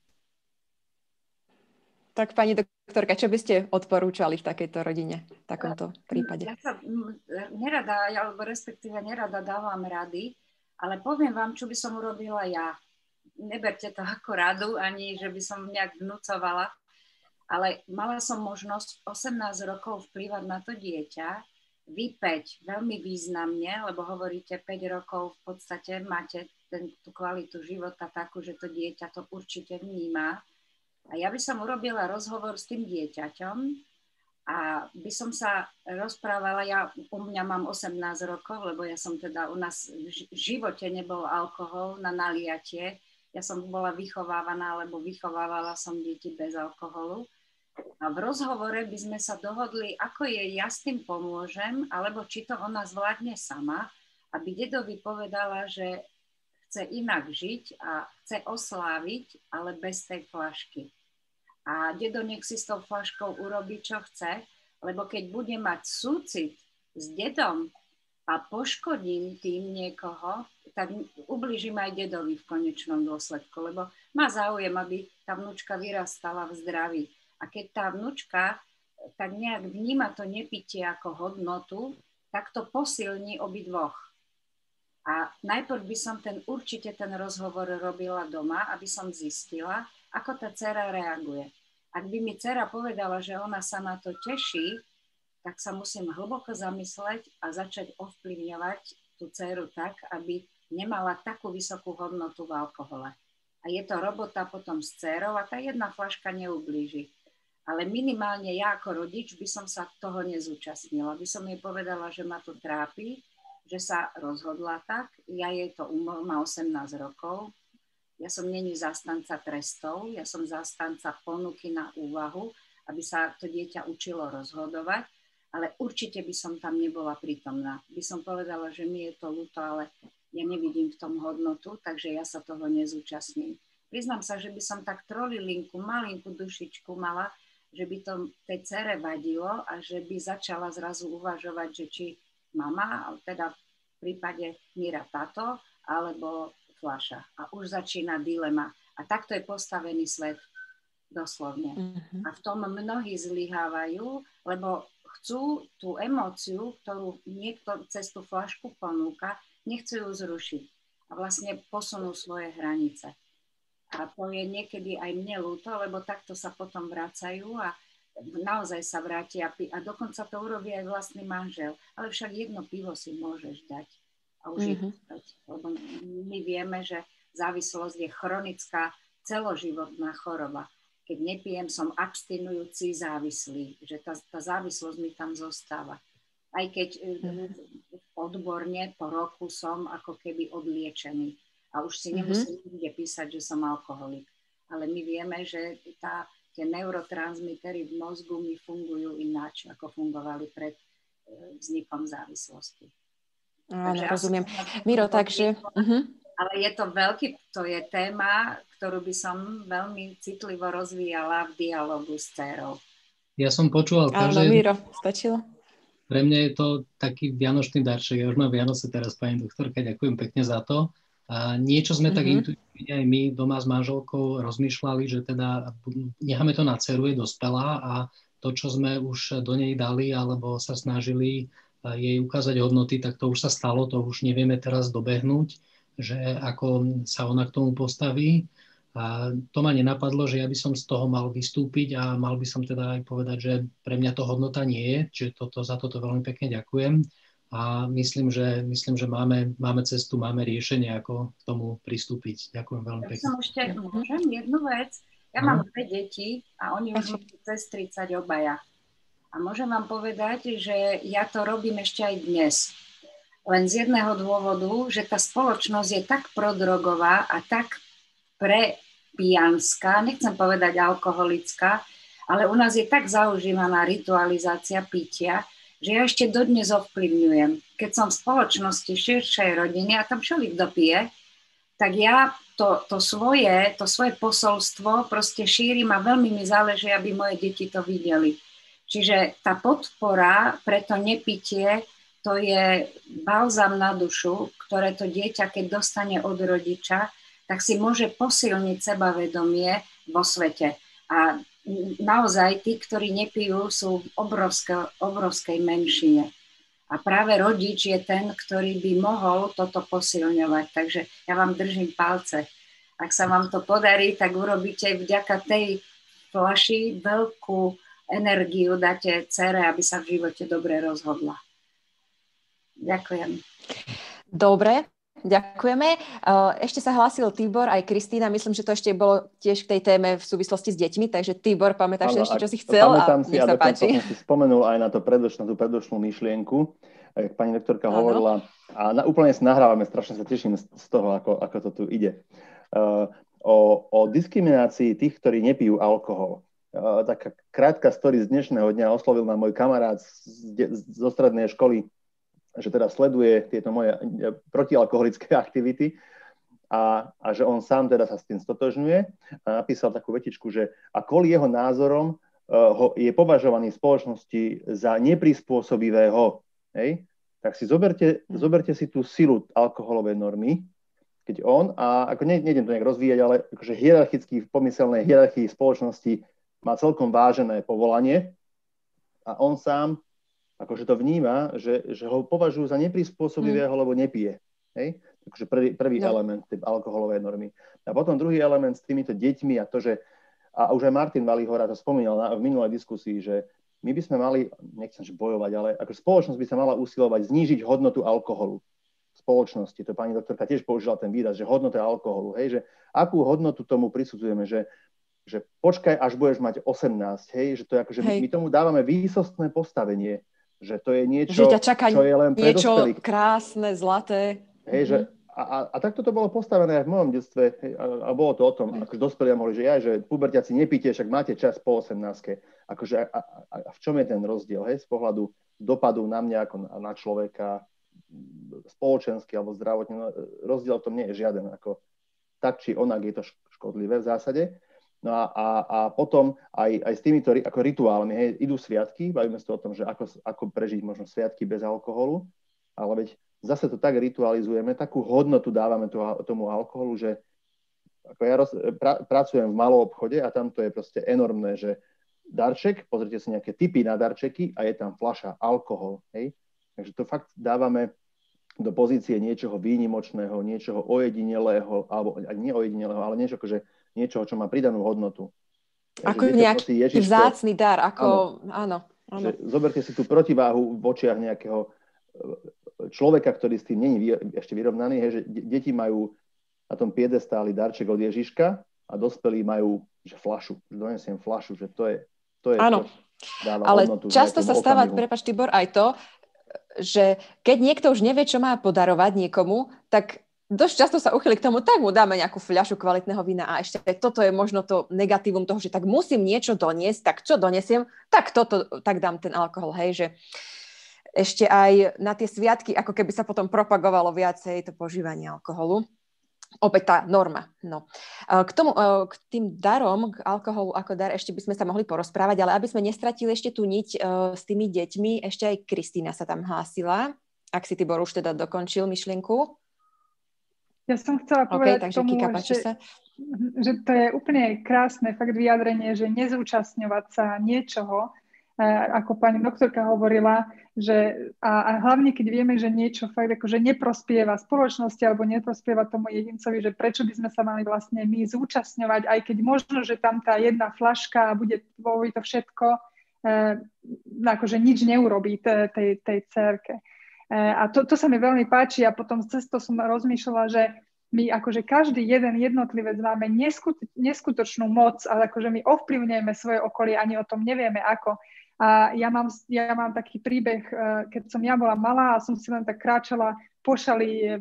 Tak pani doktorka, čo by ste odporúčali v takejto rodine, v takomto prípade? Ja sa nerada, alebo respektíve nerada dávam rady, ale poviem vám, čo by som urobila ja. Neberte to ako radu, ani že by som nejak vnúcovala, ale mala som možnosť 18 rokov vplývať na to dieťa, vypäť veľmi významne, lebo hovoríte 5 rokov v podstate máte tú kvalitu života takú, že to dieťa to určite vníma. A ja by som urobila rozhovor s tým dieťaťom, a by som sa rozprávala, u mňa mám 18 rokov, lebo ja som teda u nás v živote nebol alkohol na naliatie. Ja som bola vychovávaná, alebo vychovávala som deti bez alkoholu. A v rozhovore by sme sa dohodli, ako ja s tým pomôžem, alebo či to ona zvládne sama, aby dedovi povedala, že chce inak žiť a chce osláviť, ale bez tej fľašky. A dedo nech si s tou fľaškou urobí, čo chce, lebo keď bude mať súcit s dedom a poškodím tým niekoho, tak ubližím aj dedovi v konečnom dôsledku, lebo má záujem, aby tá vnúčka vyrastala v zdraví. A keď tá vnúčka tak nejak vníma to nepitie ako hodnotu, tak to posilní obidvoch. A najprv by som určite ten rozhovor robila doma, aby som zistila, ako tá dcera reaguje. Ak by mi dcera povedala, že ona sa na to teší, tak sa musím hlboko zamysleť a začať ovplyvňovať tú dceru tak, aby nemala takú vysokú hodnotu v alkohole. A je to robota potom s dcerou a tá jedna fľaška neublíži. Ale minimálne ja ako rodič by som sa toho nezúčastnila. By som jej povedala, že ma to trápi, že sa rozhodla tak. Má 18 rokov. Ja som není zástanca trestov, ja som zástanca ponuky na úvahu, aby sa to dieťa učilo rozhodovať, ale určite by som tam nebola prítomná. By som povedala, že mi je to ľúto, ale ja nevidím v tom hodnotu, takže ja sa toho nezúčastním. Priznám sa, že by som tak trolilinku, malinkú dušičku mala, že by to tej dcere vadilo a že by začala zrazu uvažovať, že či mama, teda v prípade Mira tato, alebo fľaša. A už začína dilema. A takto je postavený svet doslovne. A v tom mnohí zlyhávajú, lebo chcú tú emóciu, ktorú niekto cez tú flašku ponúka, nechcú ju zrušiť a vlastne posunú svoje hranice. A to je niekedy aj mne ľúto, lebo takto sa potom vracajú a naozaj sa vrátia a dokonca to urobí aj vlastný manžel. Ale však jedno pivo si môžeš dať a už lebo my vieme, že závislosť je chronická celoživotná choroba. Keď nepijem, som abstinujúci závislý, že tá závislosť mi tam zostáva. Aj keď odborne po roku som ako keby odliečený. A už si nemusím nikde písať, že som alkoholik. Ale my vieme, že tie neurotransmitery v mozgu mi fungujú ináč, ako fungovali pred vznikom závislosti. Áno, rozumiem. Miro, takže... Ale to je téma, ktorú by som veľmi citlivo rozvíjala v dialogu s dcérou. Ja som počúval každé... Áno, Miro, stačilo? Pre mňa je to taký vianočný darček. Ja už mám Vianoce teraz, pani doktorka, ďakujem pekne za to. A niečo sme tak intuitívne aj my doma s manželkou rozmýšľali, že teda necháme to na dceru, je dospelá a to, čo sme už do nej dali alebo sa snažili jej ukázať hodnoty, tak to už sa stalo, to už nevieme teraz dobehnúť, že ako sa ona k tomu postaví. A to ma nenapadlo, že ja by som z toho mal vystúpiť a mal by som teda aj povedať, že pre mňa to hodnota nie je, čiže za toto veľmi pekne ďakujem. A myslím, že máme cestu, máme riešenie, ako k tomu pristúpiť. Ďakujem veľmi pekne. Môžem jednu vec? Ja mám 2 deti a oni už sú cez 30 obaja. A môžem vám povedať, že ja to robím ešte aj dnes. Len z jedného dôvodu, že tá spoločnosť je tak prodrogová a tak prepijanská, nechcem povedať alkoholická, ale u nás je tak zaužívaná ritualizácia pitia, že ja ešte dodnes ovplyvňujem. Keď som v spoločnosti širšej rodiny a tam všelik dopije, tak ja to svoje posolstvo proste šírim a veľmi mi záleží, aby moje deti to videli. Čiže tá podpora pre to nepitie, to je balzam na dušu, ktoré to dieťa, keď dostane od rodiča, tak si môže posilniť sebavedomie vo svete. A naozaj tí, ktorí nepijú, sú v obrovskej menšine. A práve rodič je ten, ktorý by mohol toto posilňovať. Takže ja vám držím palce. Ak sa vám to podarí, tak urobíte vďaka tej flaši veľkú energiu, dáte dcere, aby sa v živote dobre rozhodla. Ďakujem. Dobre. Ďakujeme. Ešte sa hlásil Tibor, aj Kristína. Myslím, že to ešte bolo tiež k tej téme v súvislosti s deťmi. Takže Tibor, pamätáš ešte, čo si chcel? Pamätám si, a dokonca som si spomenul aj na tú predošlú myšlienku, jak pani doktorka hovorila. A úplne si nahrávame, strašne sa teším z toho, ako to tu ide. O diskriminácii tých, ktorí nepijú alkohol. Taká krátka story z dnešného dňa. Oslovil ma môj kamarát zo strednej školy, že teda sleduje tieto moje protialkoholické aktivity a že on sám teda sa s tým stotožňuje a napísal takú vetičku, že a kvôli jeho názorom je považovaný v spoločnosti za neprispôsobivého. Hej? Tak si zoberte si tú silu alkoholovej normy, keď on, a ako nejdem to nejak rozvíjať, ale akože hierarchicky v pomyselnej hierarchii spoločnosti má celkom vážené povolanie a on sám akože to vníma, že ho považujú za neprispôsobivého, lebo nepije. Hej? Takže prvý element tej alkoholovej normy. A potom druhý element s týmito deťmi a to, že a už aj Martin Valihora to spomínal v minulej diskusii, že my by sme mali, nechcem bojovať, ale ako spoločnosť by sa mala usilovať znížiť hodnotu alkoholu v spoločnosti. To pani doktorka tiež použila ten výraz, že hodnota alkoholu. Hej? Že akú hodnotu tomu prisudzujeme, že počkaj, až budeš mať 18, hej? Že to je akože my tomu dávame výsostné postavenie, že to je niečo, že ťa čaká čo je len pre dospelých. Krásne, zlaté. Hej, že, a takto to bolo postavené aj v mojom detstve. A bolo to o tom, akože dospelí mohli, že puberťaci nepíte, však máte čas po 18-ke. Akože, a v čom je ten rozdiel? Hej, z pohľadu dopadu na mňa ako na človeka, spoločenský alebo zdravotný, rozdiel v tom nie je žiaden. Ako, tak či onak je to škodlivé v zásade. No a potom aj s týmito ako rituálmi, hej, idú sviatky, bavíme sa o tom, že ako prežiť možno sviatky bez alkoholu, ale veď zase to tak ritualizujeme, takú hodnotu dávame tomu alkoholu, že ako ja pracujem v malom obchode a tam to je proste enormné, že darček, pozrite si nejaké tipy na darčeky a je tam fľaša, alkohol. Hej? Takže to fakt dávame do pozície niečoho výnimočného, niečoho ojedinelého, alebo nie ojedinelého, ale niečoho, čo má pridanú hodnotu. Ako nejaký vzácny dar, áno. Zoberte si tú protiváhu v očiach nejakého človeka, ktorý s tým nie je ešte vyrovnaný, že deti majú na tom piedestáli darček od Ježiška a dospelí majú že fľašu, že donesiem fľašu, že to je áno. čo dáva ale hodnotu. Ale často sa stáva, prepáč Tibor, aj to, že keď niekto už nevie, čo má podarovať niekomu, tak dosť často sa uchyli k tomu, tak mu dáme nejakú fľašu kvalitného vína a ešte toto je možno to negatívum toho, že tak musím niečo doniesť, tak čo donesiem, tak dám ten alkohol, hej, že ešte aj na tie sviatky, ako keby sa potom propagovalo viacej to požívanie alkoholu. Opäť tá norma. No. K tým darom, k alkoholu ako dar, ešte by sme sa mohli porozprávať, ale aby sme nestratili ešte tú niť s tými deťmi, ešte aj Kristína sa tam hlásila. Ak si Tibor už teda dokončil myšlienku. Ja som chcela povedať tomu, Kika, že to je úplne krásne fakt vyjadrenie, že nezúčastňovať sa niečoho, ako pani doktorka hovorila, že a hlavne keď vieme, že niečo fakt akože neprospieva spoločnosti alebo neprospieva tomu jedincovi, že prečo by sme sa mali vlastne my zúčastňovať, aj keď možno, že tam tá jedna fľaška bude to všetko, akože nič neurobí tej dcérke. A to sa mi veľmi páči a potom cez to som rozmýšľala, že my akože každý jeden jednotlivec máme neskutočnú moc, ale akože my ovplyvňujeme svoje okolie, ani o tom nevieme ako. A ja mám taký príbeh, keď som ja bola malá a som si len tak kráčala po šali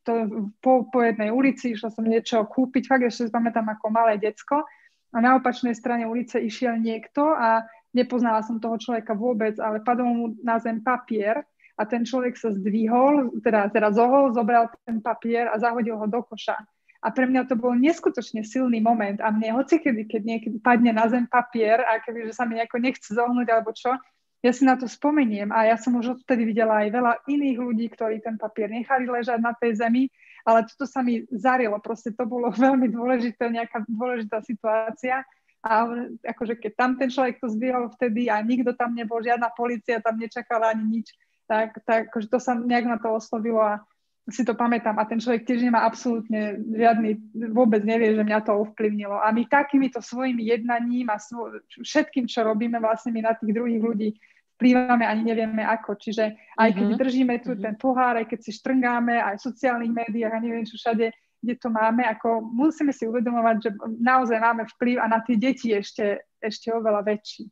po jednej ulici, išla som niečo kúpiť, fakt ešte si pamätám ako malé decko a na opačnej strane ulice išiel niekto a nepoznala som toho človeka vôbec, ale padol mu na zem papier a ten človek sa zdvihol, teda zohol, zobral ten papier a zahodil ho do koša. A pre mňa to bol neskutočne silný moment a mne hocikedy, keď niekedy padne na zem papier a kebyže sa mi nejako nechce zohnúť alebo čo, ja si na to spomeniem a ja som už odtedy videla aj veľa iných ľudí, ktorí ten papier nechali ležať na tej zemi, ale toto sa mi zarilo, proste to bolo veľmi dôležité, nejaká dôležitá situácia a akože keď tam ten človek to zdvihol vtedy a nikto tam nebol, žiadna polícia tam nečakala ani nič, tak akože to sa nejak na to oslovilo a si to pamätám a ten človek tiež nemá absolútne vôbec nevie, že mňa to ovplyvnilo. A my takýmito svojimi jednaním a všetkým, čo robíme, vlastne my na tých druhých ľudí vplývame ani nevieme ako. Čiže aj keď držíme tu ten pohár, aj keď si štrngáme, aj v sociálnych médiách a neviem čo všade, kde to máme, ako musíme si uvedomovať, že naozaj máme vplyv a na tie deti ešte oveľa väčší.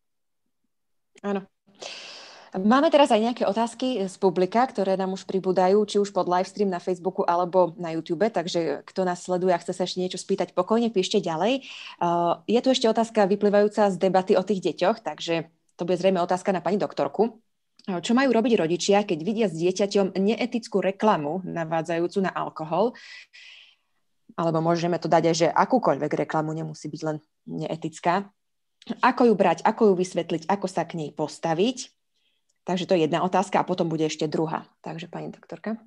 Áno. Máme teraz aj nejaké otázky z publika, ktoré nám už pribúdajú, či už pod livestream na Facebooku alebo na YouTube, takže kto nás sleduje a chce sa ešte niečo spýtať, pokojne píšte ďalej. Je tu ešte otázka vyplývajúca z debaty o tých deťoch, takže to bude zrejme otázka na pani doktorku. Čo majú robiť rodičia, keď vidia s dieťaťom neetickú reklamu navádzajúcu na alkohol? Alebo môžeme to dať aj, že akúkoľvek reklamu nemusí byť len neetická. Ako ju brať, ako ju vysvetliť, ako sa k nej postaviť? Takže to je jedna otázka a potom bude ešte druhá. Takže pani doktorka.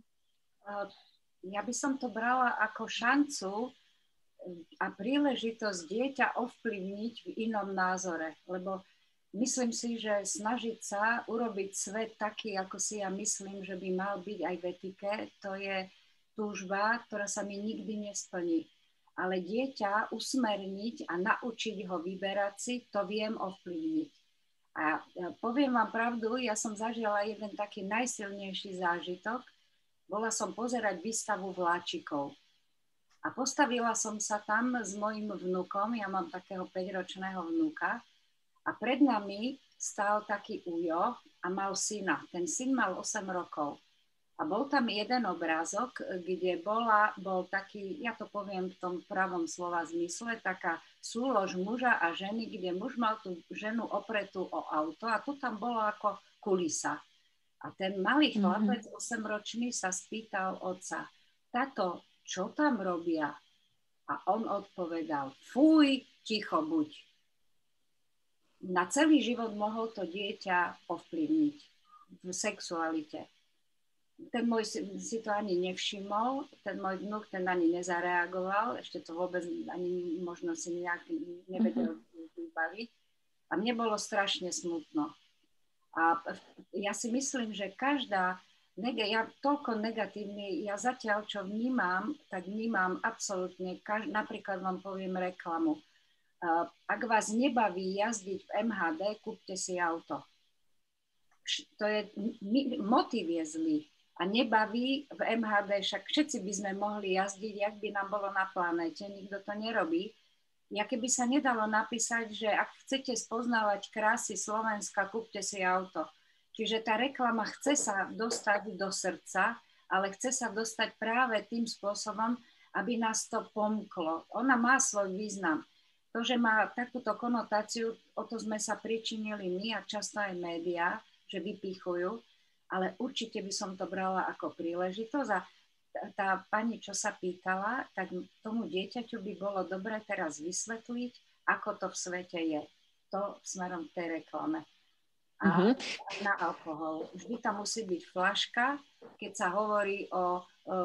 Ja by som to brala ako šancu a príležitosť dieťa ovplyvniť v inom názore. Lebo myslím si, že snažiť sa urobiť svet taký, ako si ja myslím, že by mal byť aj v etike, to je túžba, ktorá sa mi nikdy nesplní. Ale dieťa usmerniť a naučiť ho vyberať si, to viem ovplyvniť. A poviem vám pravdu, ja som zažila jeden taký najsilnejší zážitok. Bola som pozerať výstavu vláčikov. A postavila som sa tam s mojím vnukom, ja mám takého 5-ročného vnuka, a pred nami stál taký ujo a mal syna. Ten syn mal 8 rokov. A bol tam jeden obrázok, kde bol taký, ja to poviem v tom pravom slova zmysle, taká súlož muža a ženy, kde muž mal tú ženu opretú o auto a tu tam bolo ako kulisa. A ten malý chlapec 8-ročný sa spýtal otca, tato, čo tam robia? A on odpovedal, fuj, ticho buď. Na celý život mohol to dieťa ovplyvniť v sexualite. Ten môj si to ani nevšimol, ten môj vnuk ten ani nezareagoval, ešte to vôbec ani možno si nejak nevedel vybaviť. A mne bolo strašne smutno. A ja si myslím, že ja toľko negatívny, ja zatiaľ, čo vnímam, tak vnímam absolútne, napríklad vám poviem reklamu. Ak vás nebaví jazdiť v MHD, kúpte si auto. To je, motiv je zlý. A nebaví v MHD, však všetci by sme mohli jazdiť, jak by nám bolo na planéte, nikto to nerobí. Ja keby sa nedalo napísať, že ak chcete spoznávať krásy Slovenska, kúpte si auto. Čiže tá reklama chce sa dostať do srdca, ale chce sa dostať práve tým spôsobom, aby nás to pomklo. Ona má svoj význam. To, že má takúto konotáciu, o to sme sa pričinili my a často aj médiá, že vypichujú, ale určite by som to brala ako príležitosť a tá pani, čo sa pýtala, tak tomu dieťaťu by bolo dobre teraz vysvetliť, ako to v svete je. To smerom k tej reklame. A na alkohol. Vždy tam musí byť fľaška, keď sa hovorí o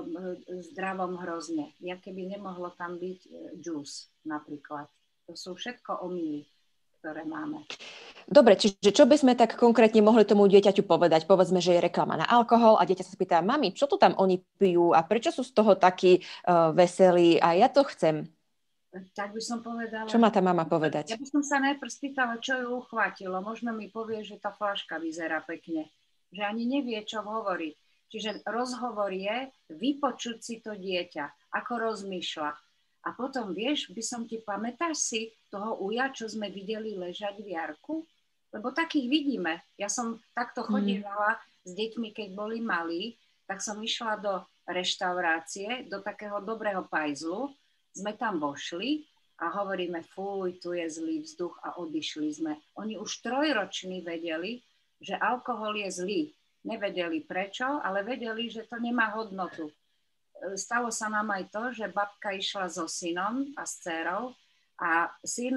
zdravom hrozne. Ja keby nemohlo tam byť džús napríklad. To sú všetko omyly, ktoré máme. Dobre, čiže čo by sme tak konkrétne mohli tomu dieťaťu povedať? Povedzme, že je reklama na alkohol a dieťa sa spýta, mami, čo tu tam oni pijú a prečo sú z toho takí veselí a ja to chcem. Tak by som povedala... Čo má tá mama povedať? Ja by som sa najprv spýtala, čo ju uchvátilo. Možno mi povie, že tá fľaška vyzerá pekne. Že ani nevie, čo hovorí. Čiže rozhovor je vypočuť si to dieťa, ako rozmýšľa. A potom, vieš, pamätáš si toho uja, čo sme videli ležať v jarku? Lebo takých vidíme. Ja som takto chodívala s deťmi, keď boli malí, tak som išla do reštaurácie, do takého dobrého pajzlu. Sme tam vošli a hovoríme, fuj, tu je zlý vzduch a odišli sme. Oni už 3-roční vedeli, že alkohol je zlý. Nevedeli prečo, ale vedeli, že to nemá hodnotu. Stalo sa nám aj to, že babka išla so synom a s dcérou a syn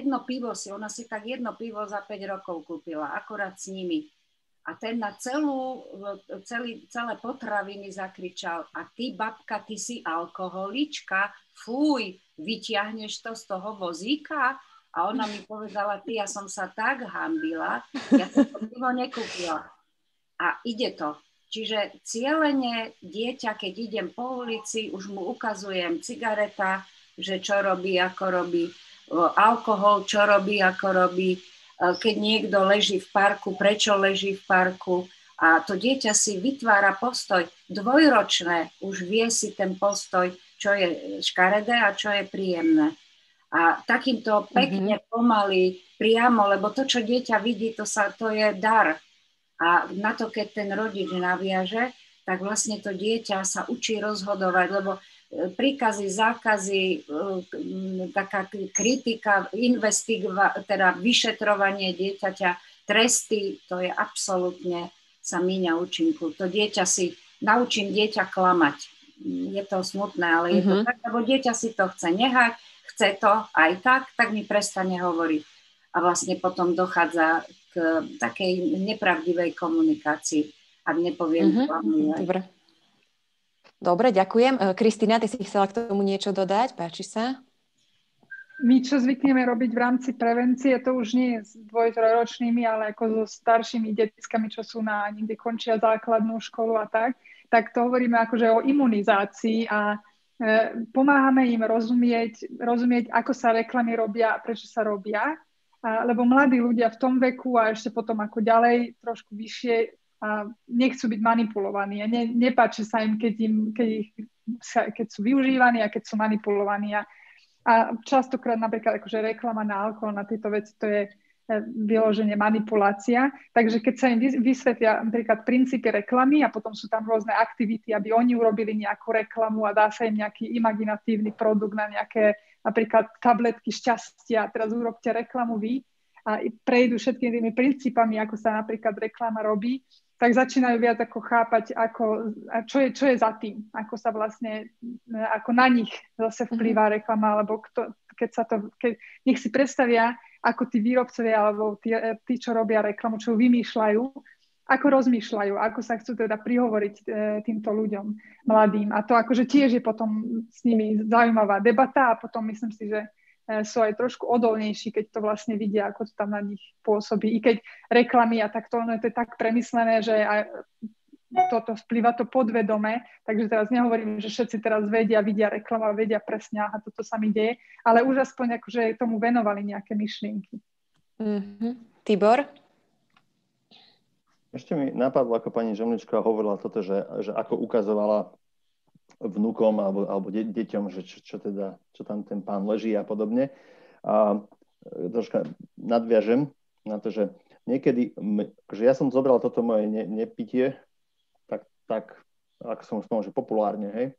ona si tak jedno pivo za 5 rokov kúpila, akorát s nimi. A ten na celé potraviny zakričal, a ty, babka, ty si alkoholička, fuj, vyťahneš to z toho vozíka? A ona mi povedala, ja som sa tak hanbila, ja som to pivo nekúpila. A ide to. Čiže cieľene dieťa, keď idem po ulici, už mu ukazujem cigareta, že čo robí, ako robí, alkohol, čo robí, ako robí, keď niekto leží v parku, prečo leží v parku. A to dieťa si vytvára postoj. 2-ročné už vie si ten postoj, čo je škaredé a čo je príjemné. A takýmto pekne, pomaly, priamo, lebo to, čo dieťa vidí, to je dar. A na to, keď ten rodič naviaže, tak vlastne to dieťa sa učí rozhodovať, lebo príkazy, zákazy, taká kritika, teda vyšetrovanie dieťaťa, tresty, to je absolútne sa míňa účinku. To naučím dieťa klamať. Je to smutné, ale je to tak, lebo dieťa si to chce nehať, chce to aj tak mi prestane hovoriť. A vlastne potom dochádza k takej nepravdivej komunikácii, ak nepoviem klamu. Dobre, ďakujem. Kristína, ty si chcela k tomu niečo dodať? Páči sa? My, čo zvykneme robiť v rámci prevencie, to už nie je s 2-3-ročnými, ale ako so staršími deckami, čo sú niekde končia základnú školu a tak to hovoríme akože o imunizácii a pomáhame im rozumieť, ako sa reklamy robia a prečo sa robia. Lebo mladí ľudia v tom veku a ešte potom ako ďalej, trošku vyššie, a nechcú byť manipulovaní a nepáči sa im, keď sú využívaní a keď sú manipulovaní. A častokrát napríklad akože reklama na alkohol, na tieto veci, to je vyloženie manipulácia. Takže keď sa im vysvetlia napríklad princípy reklamy a potom sú tam rôzne aktivity, aby oni urobili nejakú reklamu a dá sa im nejaký imaginatívny produkt na nejaké napríklad tabletky šťastia, teraz urobte reklamu vy a prejdú všetkými tými princípami, ako sa napríklad reklama robí, tak začínajú viac ako chápať, čo je za tým, ako sa vlastne, ako na nich zase vplýva reklama, alebo nech si predstavia, ako tí výrobcovia, alebo tí, čo robia reklamu, čo vymýšľajú, ako rozmýšľajú, ako sa chcú teda prihovoriť týmto ľuďom mladým. A to akože tiež je potom s nimi zaujímavá debata a potom myslím si, že sú aj trošku odolnejší, keď to vlastne vidia, ako to tam na nich pôsobí. I keď reklamy a takto, ono je to tak premyslené, že aj toto vplyva to podvedome, takže teraz nehovorím, že všetci teraz vidia reklama, vedia presne, aha, toto sa mi deje, ale už aspoň akože tomu venovali nejaké myšlienky. Tibor? Ešte mi napadlo, ako pani Žemličková hovorila toto, že ako ukazovala vnukom alebo deťom, že čo tam ten pán leží a podobne. A troška nadviažem na to, že niekedy, že ja som zobral toto moje nepitie, tak ako som spomenul, že populárne, hej.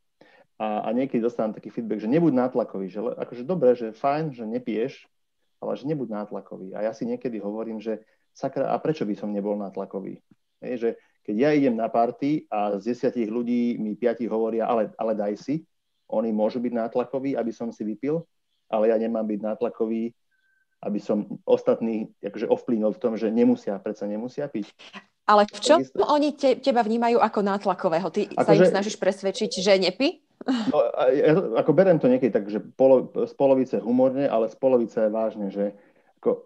A niekedy dostávam taký feedback, že nebuď nátlakový, že akože dobre, že fajn, že nepiješ, ale že nebuď nátlakový. A ja si niekedy hovorím, že sakra, a prečo by som nebol nátlakový? Hej, že keď ja idem na party a z 10 ľudí mi 5 hovoria, ale daj si, oni môžu byť nátlakoví, aby som si vypil, ale ja nemám byť nátlakový, aby som ostatní akože ovplyvnil v tom, že predsa nemusia piť. Ale v čom oni teba vnímajú ako nátlakového? Ty sa im snažíš presvedčiť, že nepí? No, ja ako beriem to niekedy tak, že z polovice humorne, ale z polovice vážne, že ako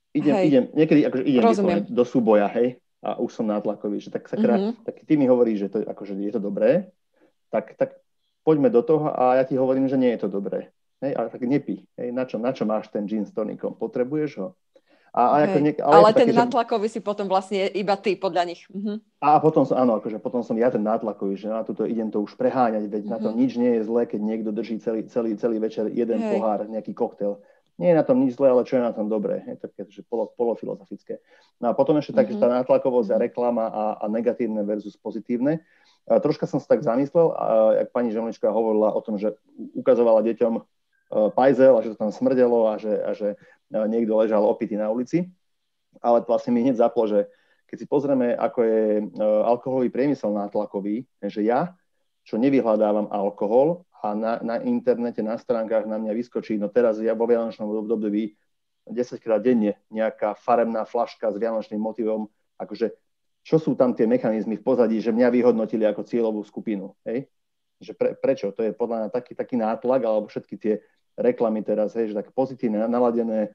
niekedy akože idem do súboja, hej, a už som nátlakový, že tak sakra, tak ty mi hovoríš, že to, akože je to dobré, tak poďme do toho a ja ti hovorím, že nie je to dobré. Hej, ale tak nepí. Hej, na čo máš ten gin s tonikom? Potrebuješ ho? Ale ten nátlakový si potom vlastne iba ty podľa nich. A potom som ja ten nátlakový, že na toto idem to už preháňať, veď na to nič nie je zlé, keď niekto drží celý večer jeden pohár, nejaký koktail. Nie je na tom nič zlé, ale čo je na tom dobré. Je to také, že polofilozofické. No a potom ešte tak, že tá nátlakovosť a reklama a negatívne versus pozitívne. Troška som sa tak zamyslel, jak pani Žemličková hovorila o tom, že ukazovala deťom pajzel a že to tam smrdelo a že niekto ležal opitý na ulici. Ale vlastne mi hneď zaplo, že keď si pozrieme, ako je alkoholový priemysel nátlakový, že ja, čo nevyhľadávam alkohol a na internete, na stránkach na mňa vyskočí, no teraz ja vo vianočnom období 10-krát denne nejaká farebná flaška s vianočným motivom, akože čo sú tam tie mechanizmy v pozadí, že mňa vyhodnotili ako cieľovú skupinu. Hej? Že prečo? To je podľa mňa taký nátlak, alebo všetky tie reklamy teraz, hej, že tak pozitívne naladené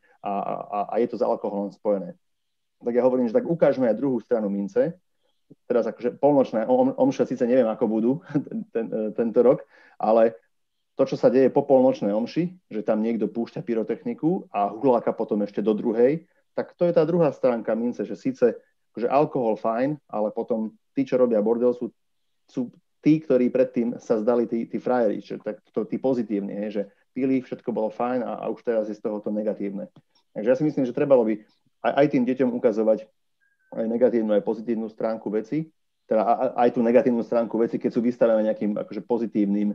a je to s alkoholom spojené. Tak ja hovorím, že tak ukážeme aj druhú stranu mince. Teraz akože polnočné omše síce neviem, ako budú tento rok, ale to, čo sa deje po polnočnej omši, že tam niekto púšťa pyrotechniku a huláka potom ešte do druhej, tak to je tá druhá stránka mince, že síce akože alkohol fajn, ale potom tí, čo robia bordel, sú tí, ktorí predtým sa zdali tí frajeri, tí pozitívni, že pili, všetko bolo fajn a už teraz je z toho to negatívne. Takže ja si myslím, že trebalo by aj tým deťom ukazovať aj negatívnu, aj pozitívnu stránku veci, teda aj tú negatívnu stránku veci, keď sú vystavené nejakým akože pozitívnym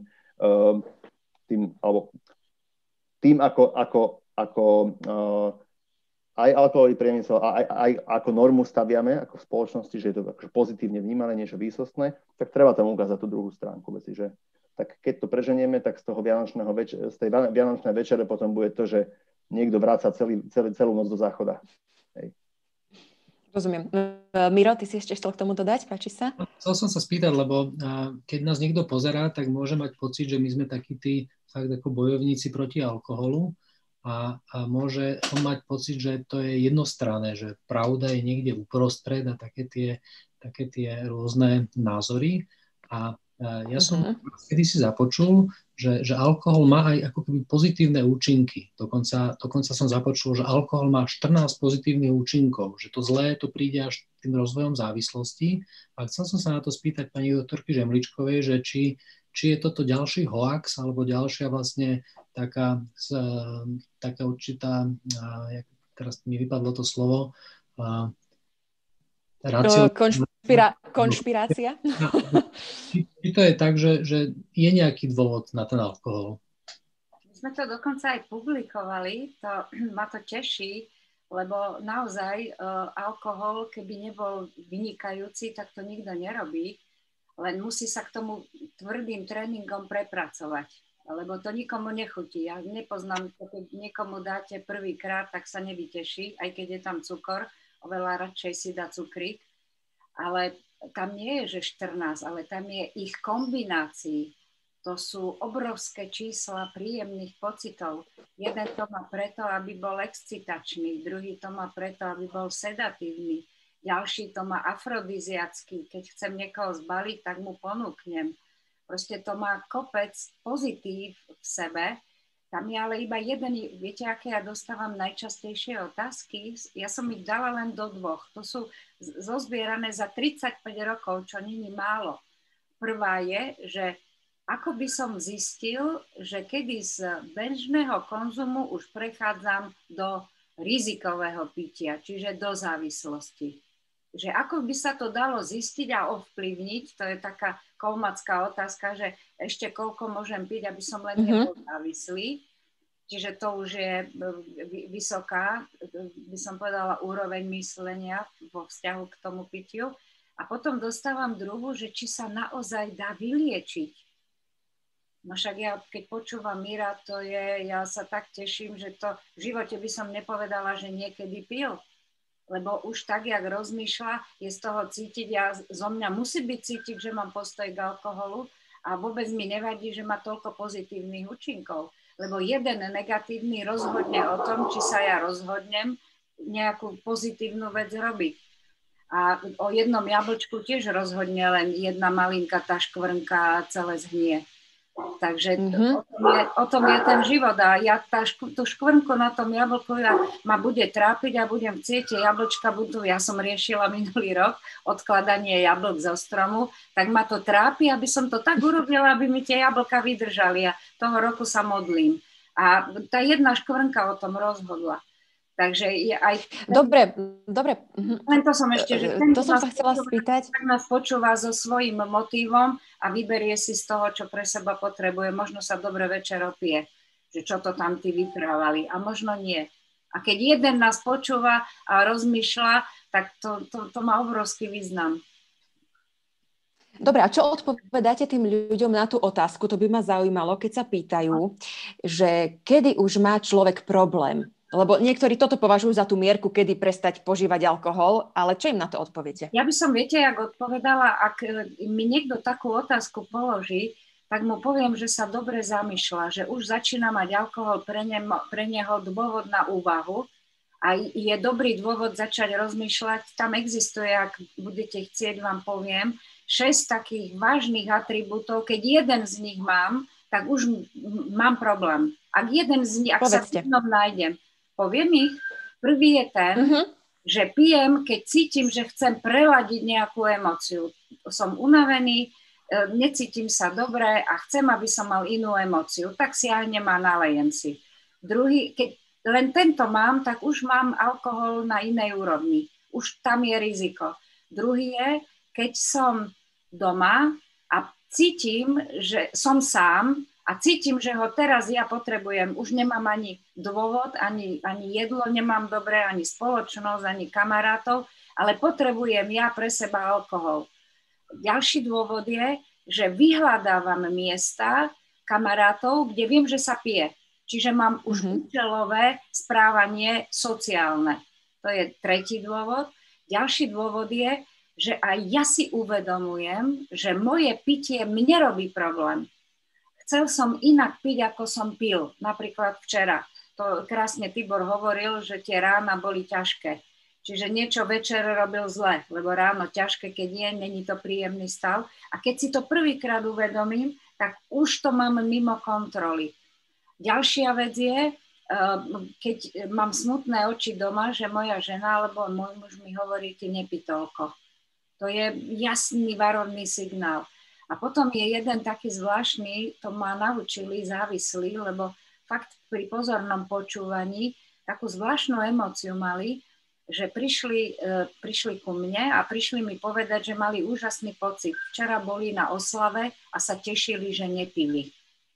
tým ako aj alkoholový priemysel aj ako normu staviame, ako v spoločnosti, že je to akože pozitívne vnímané, niečo výsostné, tak treba tam ukázať tú druhú stránku veci, že tak keď to preženieme, tak z tej vianočnej večere potom bude to, že niekto vráca celú noc do záchoda. Hej. Rozumiem. Miro, ty si ešte chcel k tomu dodať? Páči sa? Chcel som sa spýtať, lebo keď nás niekto pozerá, tak môže mať pocit, že my sme takí tí fakt ako bojovníci proti alkoholu a môže on mať pocit, že to je jednostranné, že pravda je niekde uprostred a také tie rôzne názory. A ja som kedysi započul, že alkohol má aj ako keby pozitívne účinky. Dokonca som započul, že alkohol má 14 pozitívnych účinkov, že to zlé to príde až tým rozvojom závislosti. A chcel som sa na to spýtať pani doktorky Žemličkovej, že či je toto ďalší hoax, alebo ďalšia vlastne taká určitá, teraz mi vypadlo to slovo, konšpirácia? Či to je tak, že je nejaký dôvod na ten alkohol? My sme to dokonca aj publikovali, ma to teší, lebo naozaj alkohol, keby nebol vynikajúci, tak to nikto nerobí, len musí sa k tomu tvrdým tréningom prepracovať, lebo to nikomu nechutí. Ja nepoznám, keď niekomu dáte prvýkrát, tak sa nevyteší, aj keď je tam cukor, oveľa radšej si dá cukrík, ale tam nie je, že 14, ale tam je ich kombinácií. To sú obrovské čísla príjemných pocitov. Jeden to má preto, aby bol excitačný, druhý to má preto, aby bol sedatívny, ďalší to má afrodiziacký. Keď chcem niekoho zbaliť, tak mu ponúknem. Proste to má kopec pozitív v sebe. Tam je ale iba jeden, viete, aké ja dostávam najčastejšie otázky? Ja som ich dala len do 2. To sú zozbierané za 35 rokov, čo není málo. Prvá je, že ako by som zistil, že kedy z bežného konzumu už prechádzam do rizikového pitia, čiže do závislosti. Že ako by sa to dalo zistiť a ovplyvniť, to je taká kolmacká otázka, že ešte koľko môžem piť, aby som len nebol závislý. Čiže to už je vysoká, by som povedala, úroveň myslenia vo vzťahu k tomu pitiu. A potom dostávam druhú, že či sa naozaj dá vyliečiť. No však ja, keď počúvam Míra, ja sa tak teším, že to v živote by som nepovedala, že niekedy pil. Lebo už tak, jak rozmýšľa, je z toho cítiť, zo mňa musí byť cítiť, že mám postoj k alkoholu a vôbec mi nevadí, že má toľko pozitívnych účinkov. Lebo jeden negatívny rozhodne o tom, či sa ja rozhodnem nejakú pozitívnu vec robiť. A o jednom jablčku tiež rozhodne len jedna malinká tá škvrnka a celé zhnie. Takže o tom je ten život a ja tú škvrnku na tom jablku ma bude trápiť a budem chcieť, tie jablčka budú, ja som riešila minulý rok odkladanie jablk zo stromu, tak ma to trápi, aby som to tak urobila, aby mi tie jablka vydržali a toho roku sa modlím. A tá jedna škvrnka o tom rozhodla. Takže je aj... Dobre. Len to som ešte, že to som sa chcela spýtať. Tak nás počúva so svojím motívom a vyberie si z toho, čo pre seba potrebuje. Možno sa dobre večer opije, že čo to tam tí vyprávali. A možno nie. A keď jeden nás počúva a rozmýšľa, tak to má obrovský význam. Dobre, a čo odpovedáte tým ľuďom na tú otázku? To by ma zaujímalo, keď sa pýtajú, že kedy už má človek problém. Lebo niektorí toto považujú za tú mierku, kedy prestať požívať alkohol, ale čo im na to odpoviete? Ja by som, viete, jak odpovedala, ak mi niekto takú otázku položí, tak mu poviem, že sa dobre zamýšľa, že už začína mať alkohol pre neho dôvod na úvahu a je dobrý dôvod začať rozmýšľať. Tam existuje, ak budete chcieť, vám poviem, 6 takých vážnych atribútov. Keď jeden z nich mám, tak už mám problém. Ak jeden z nich, ak sa v jednom nájdem, poviem ich. Prvý je ten, že pijem, keď cítim, že chcem preladiť nejakú emóciu. Som unavený, necítim sa dobre a chcem, aby som mal inú emóciu. Tak siahnem a nalejem si. Druhý, keď len tento mám, tak už mám alkohol na inej úrovni. Už tam je riziko. Druhý je, keď som doma a cítim, že som sám, a cítim, že ho teraz ja potrebujem. Už nemám ani dôvod, ani jedlo nemám dobre, ani spoločnosť, ani kamarátov, ale potrebujem ja pre seba alkohol. Ďalší dôvod je, že vyhľadávam miesta kamarátov, kde viem, že sa pije. Čiže mám už účelové správanie sociálne. To je tretí dôvod. Ďalší dôvod je, že aj ja si uvedomujem, že moje pitie mne robí problém. Chcel som inak piť, ako som pil. Napríklad včera. To krásne Tibor hovoril, že tie rána boli ťažké. Čiže niečo večer robil zle, lebo ráno ťažké, keď nie, není to príjemný stav. A keď si to prvýkrát uvedomím, tak už to mám mimo kontroly. Ďalšia vec je, keď mám smutné oči doma, že moja žena alebo môj muž mi hovorí, ty nepí toľko. To je jasný varovný signál. A potom je jeden taký zvláštny, to ma naučili závislí, lebo fakt pri pozornom počúvaní takú zvláštnu emóciu mali, že prišli ku mne a prišli mi povedať, že mali úžasný pocit. Včera boli na oslave a sa tešili, že nepili.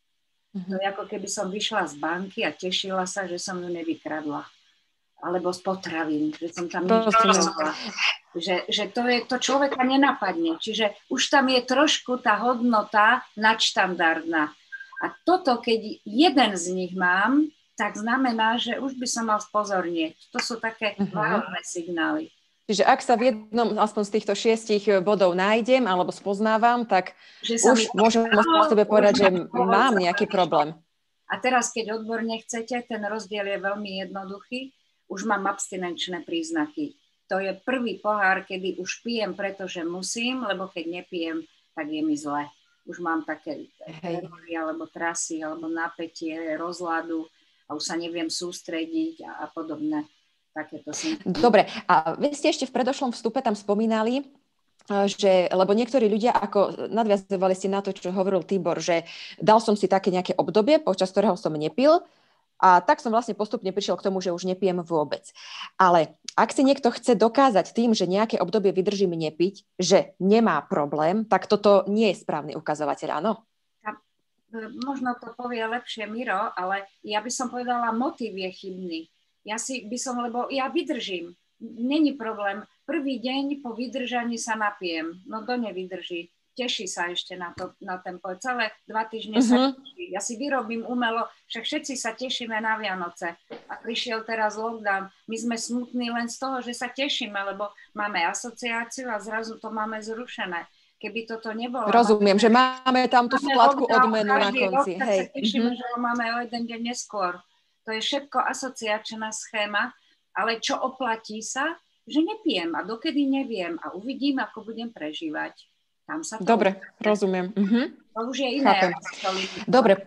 To je ako keby som vyšla z banky a tešila sa, že som ju nevykradla. Alebo z potravín, že som tam nič nerozdala. Že to človeka nenapadne. Čiže už tam je trošku tá hodnota nadštandardná. A toto, keď jeden z nich mám, tak znamená, že už by som mal spozornieť. To sú také vážne signály. Čiže ak sa v jednom aspoň z týchto 6 bodov nájdem alebo spoznávam, tak už môžem o sebe povedať, že mám nejaký problém. A teraz, keď odborne chcete, ten rozdiel je veľmi jednoduchý. Už mám abstinenčné príznaky. To je prvý pohár, kedy už pijem, pretože musím, lebo keď nepijem, tak je mi zle. Už mám také terory, alebo trasy, alebo napätie, rozladu a už sa neviem sústrediť a podobné. Dobre, a vy ste ešte v predošlom vstupe tam spomínali, že, lebo niektorí ľudia, ako nadviazovali ste na to, čo hovoril Tibor, že dal som si také nejaké obdobie, počas ktorého som nepil a tak som vlastne postupne prišiel k tomu, že už nepijem vôbec. Ale ak si niekto chce dokázať tým, že nejaké obdobie vydržím nepiť, že nemá problém, tak toto nie je správny ukazovateľ, áno? Možno to povie lepšie Miro, ale ja by som povedala, motív je chybný. Lebo ja vydržím. Není problém. Prvý deň po vydržaní sa napijem. No to nevydrží. Teší sa ešte na ten poď. Celé 2 týždne sa teší. Ja si vyrobím umelo, však všetci sa tešíme na Vianoce. A prišiel teraz lockdown. My sme smutní len z toho, že sa tešíme, lebo máme asociáciu a zrazu to máme zrušené. Keby toto nebolo... Rozumiem, že máme tam tú skladku odmenu na konci. Hej. Sa tešíme, že ho máme o jeden deň neskôr. To je všetko asociačná schéma, ale čo oplatí sa, že nepijem a dokedy neviem a uvidím, ako budem prežívať. Tam sa to... Dobre, rozumiem. To už je iné. Dobre.